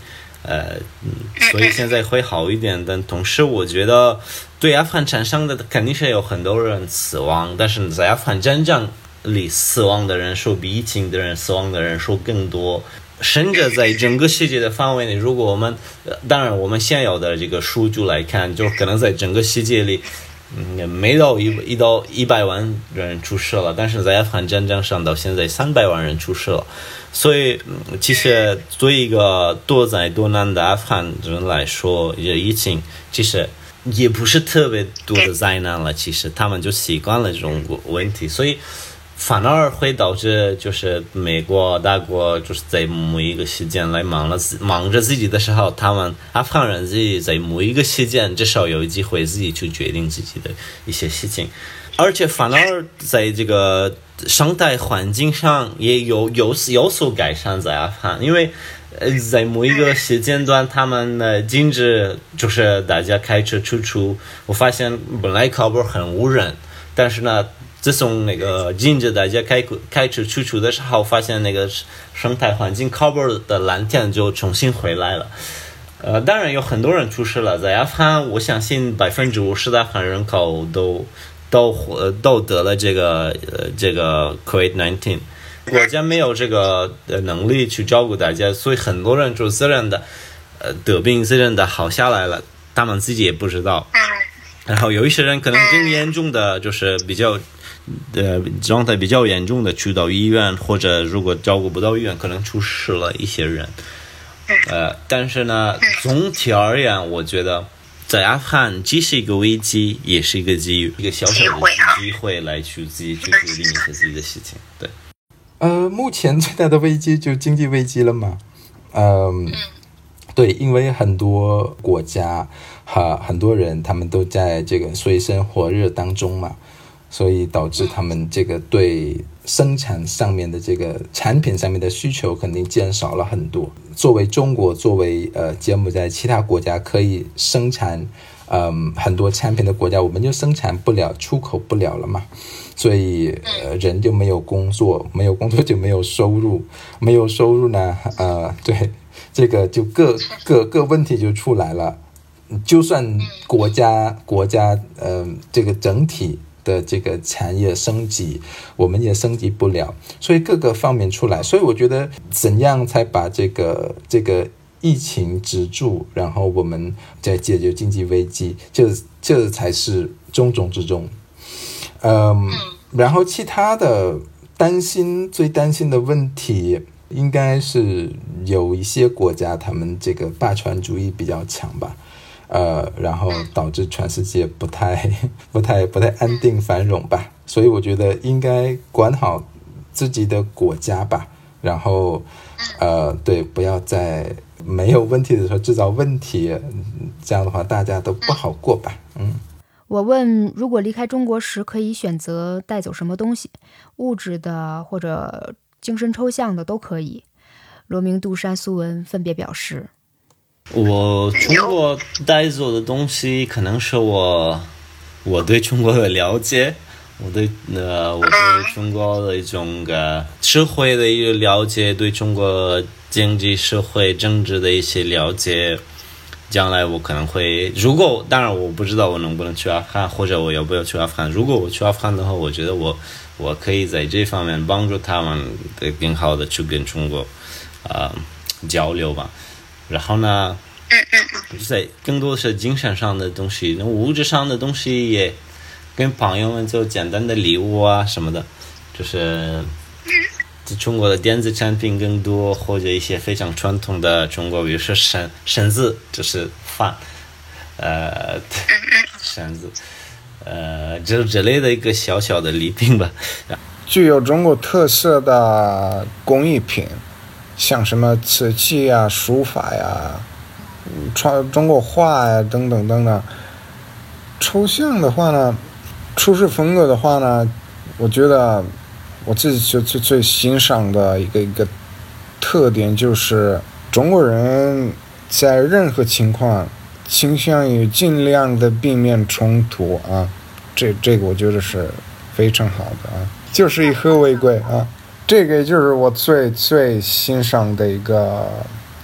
呃，所以现在会好一点。但同时，我觉得对阿富汗战胜的肯定是有很多人死亡，但是在阿富汗战争里死亡的人数比疫情的人死亡的人数更多。甚至在整个世界的范围内，如果我们当然我们现有的这个数据来看，就可能在整个世界里，嗯，没到一一到一百万人出事了，但是在阿富汗战争上到现在三百万人出事了。所以，嗯、其实对一个多灾多难的阿富汗人来说，这疫情其实也不是特别多的灾难了。其实他们就习惯了这种问题，所以反而会导致就是美国大国就是在某一个时间来忙了忙着自己的时候，他们阿富汗人自己在某一个时间至少有机会自己去决定自己的一些事情，而且反而在这个生态环境上也有有有所改善在阿富汗，因为呃在某一个时间段他们呢禁止就是大家开车出出，我发现本来喀布尔很无人，但是呢自从那个禁止大家开开车出出的时候，发现那个生态环境喀布尔的蓝天就重新回来了。呃，当然有很多人出事了，在阿富汗，我相信百分之五十的阿富汗人口都都呃都得了这个呃这个 COVID 十九， 国家没有这个能力去照顾大家，所以很多人就自然的呃得病自然的好下来了，他们自己也不知道。然后有一些人可能更严重的，就是比较呃状态比较严重的去到医院，或者如果照顾不到医院，可能出事了一些人。呃，但是呢，总体而言，我觉得在阿富汗既是一个危机，也是一个机遇，一个小小的机会来去自己去决定一些自己的事情。对， 呃，目前最大的危机就经济危机了嘛，嗯。对，因为很多国家哈，很多人他们都在这个水深火热当中嘛，所以导致他们这个对生产上面的这个产品上面的需求肯定减少了很多。作为中国，作为呃柬埔寨其他国家可以生产嗯很多产品的国家，我们就生产不了，出口不了了嘛。所以呃人就没有工作，没有工作就没有收入，没有收入呢，呃对。这个就各各各问题就出来了，就算国家国家呃这个整体的这个产业升级，我们也升级不了，所以各个方面出来，所以我觉得怎样才把这个这个疫情止住，然后我们再解决经济危机，这这才是重中之重。嗯，然后其他的担心最担心的问题。应该是有一些国家他们这个霸权主义比较强吧，呃，然后导致全世界不太不太不太安定繁荣吧，所以我觉得应该管好自己的国家吧，然后呃对，不要在没有问题的时候制造问题，这样的话大家都不好过吧。嗯， 我问，如果离开中国时可以选择带走什么东西，物质的或者精神抽象的都可以。罗明、杜珊、苏文分别表示， 我中国带走的东西可能是我我对中国的了解，我对呃我对中国的一种呃社会的一个了解，对中国经济社会政治的一些了解。将来我可能会，如果当然我不知道我能不能去阿富汗，或者我要不要去阿富汗。如果我去阿富汗的话，我觉得我我可以在这方面帮助他们的更好的去跟中国啊、呃、交流吧。然后呢，在更多的是精神上的东西，物质上的东西也跟朋友们就简单的礼物啊什么的，就是中国的电子产品更多，或者一些非常传统的中国，比如说绳绳子，就是饭，呃，绳子，呃，这之类的一个小小的礼品吧。 具有中国特色的工艺品，像什么瓷器呀、书法呀、传中国画呀等等等等。抽象的话呢，处事风格的话呢，我觉得我自己最最最欣赏的一个一个特点就是中国人在任何情况倾向于尽量的避免冲突啊，这这个我觉得是非常好的啊，就是以和为贵啊，这个就是我最最欣赏的一个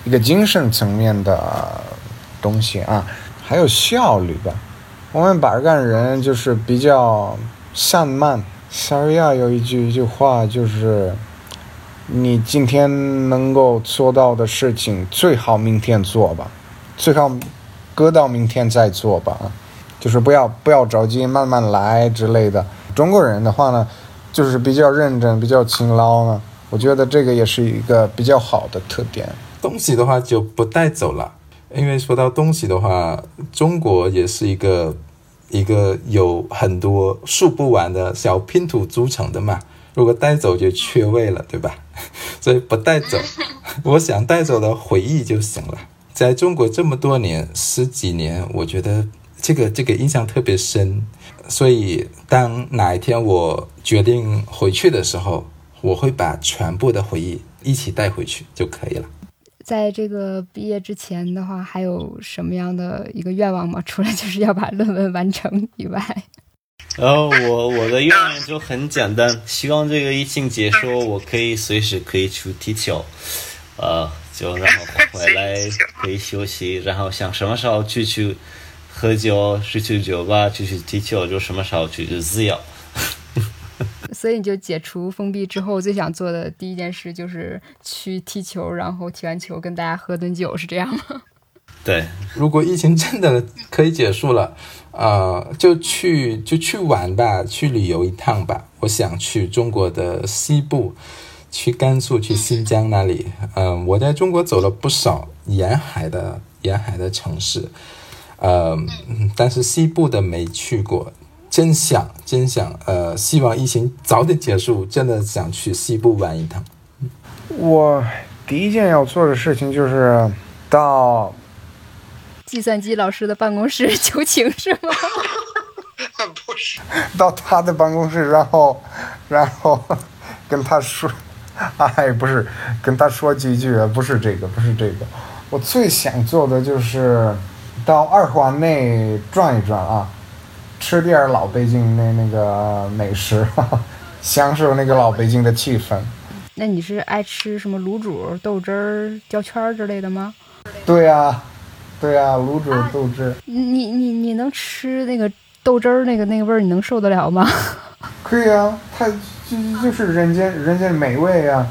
一个精神层面的东西啊，还有效率吧。我们巴尔干人就是比较散漫。萨尔亚有一句一句话，就是你今天能够做到的事情，最好明天做吧，最好搁到明天再做吧，就是不要不要着急，慢慢来之类的。中国人的话呢，就是比较认真，比较勤劳呢，我觉得这个也是一个比较好的特点。 东西的话就不带走了，因为说到东西的话，中国也是一个一个有很多数不完的小拼图组成的嘛，如果带走就缺位了，对吧？所以不带走，我想带走的回忆就行了。在中国这么多年，十几年，我觉得这个这个印象特别深，所以当哪一天我决定回去的时候，我会把全部的回忆一起带回去就可以了。 在这个毕业之前的话，还有什么样的一个愿望吗？除了就是要把论文完成以外。 然后我我的愿望就很简单，希望这个疫情结束，我可以随时可以去踢球，呃，就然后回来可以休息，然后想什么时候去去喝酒，去去酒吧，去去踢球，就什么时候去就自由。 所以你就解除封闭之后，最想做的第一件事就是去踢球，然后踢完球跟大家喝顿酒，是这样吗？ 对， 如果疫情真的可以结束了，呃，就去就去玩吧，去旅游一趟吧。我想去中国的西部，去甘肃，去新疆那里。嗯、呃，我在中国走了不少沿海的沿海的城市，呃，但是西部的没去过。真想真想呃，希望疫情早点结束，真的想去西部玩一趟。 我第一件要做的事情就是到计算机老师的办公室求情，是吗？ 不是， 到他的办公室，然后然后跟他说，哎，不是跟他说几句，不是这个，不是这个。我最想做的就是到二环内转一转啊，吃点老北京那那个美食，哈哈，享受那个老北京的气氛。 那你是爱吃什么卤煮、豆汁儿、焦圈之类的吗？ 对呀、啊，对呀、啊，卤煮、豆汁。 你你你能吃那个豆汁儿那个那个味儿，你能受得了吗？ 可以啊，它就就是人间人间美味啊。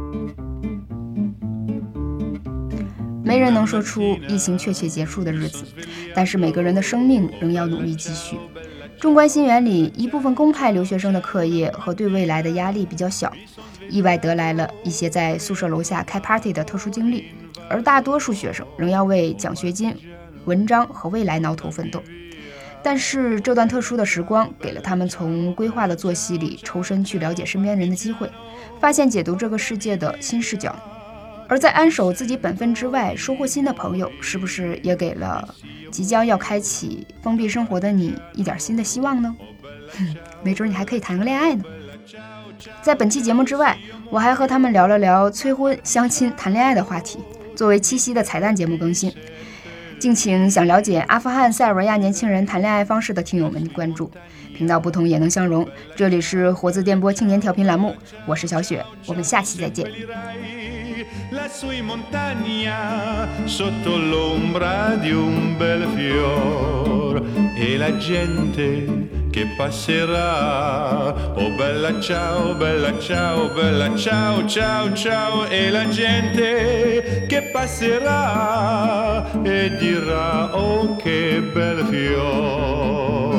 没人能说出疫情确切结束的日子，但是每个人的生命仍要努力继续。纵观新园里，一部分公派留学生的课业和对未来的压力比较小，意外得来了一些在宿舍楼下开 party 的特殊经历，而大多数学生仍要为奖学金、文章和未来挠头奋斗。但是这段特殊的时光给了他们从规划的作息里抽身去了解身边人的机会，发现解读这个世界的新视角。而在安守自己本分之外收获新的朋友，是不是也给了即将要开启封闭生活的你一点新的希望呢？没准你还可以谈个恋爱呢。在本期节目之外，我还和他们聊了聊催婚、相亲、谈恋爱的话题，作为七夕的彩蛋节目更新。敬请想了解阿富汗、塞尔维亚年轻人谈恋爱方式的听友们关注。频道不同也能相容，这里是活字电波青年调频栏目，我是小雪，我们下期再见。 Lassù in montagna sotto l'ombra di un bel fior e la gente che passerà oh bella ciao bella ciao bella ciao ciao ciao e la gente che passerà e dirà oh che bel fior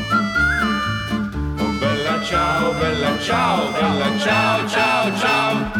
oh bella ciao bella ciao bella ciao ciao ciao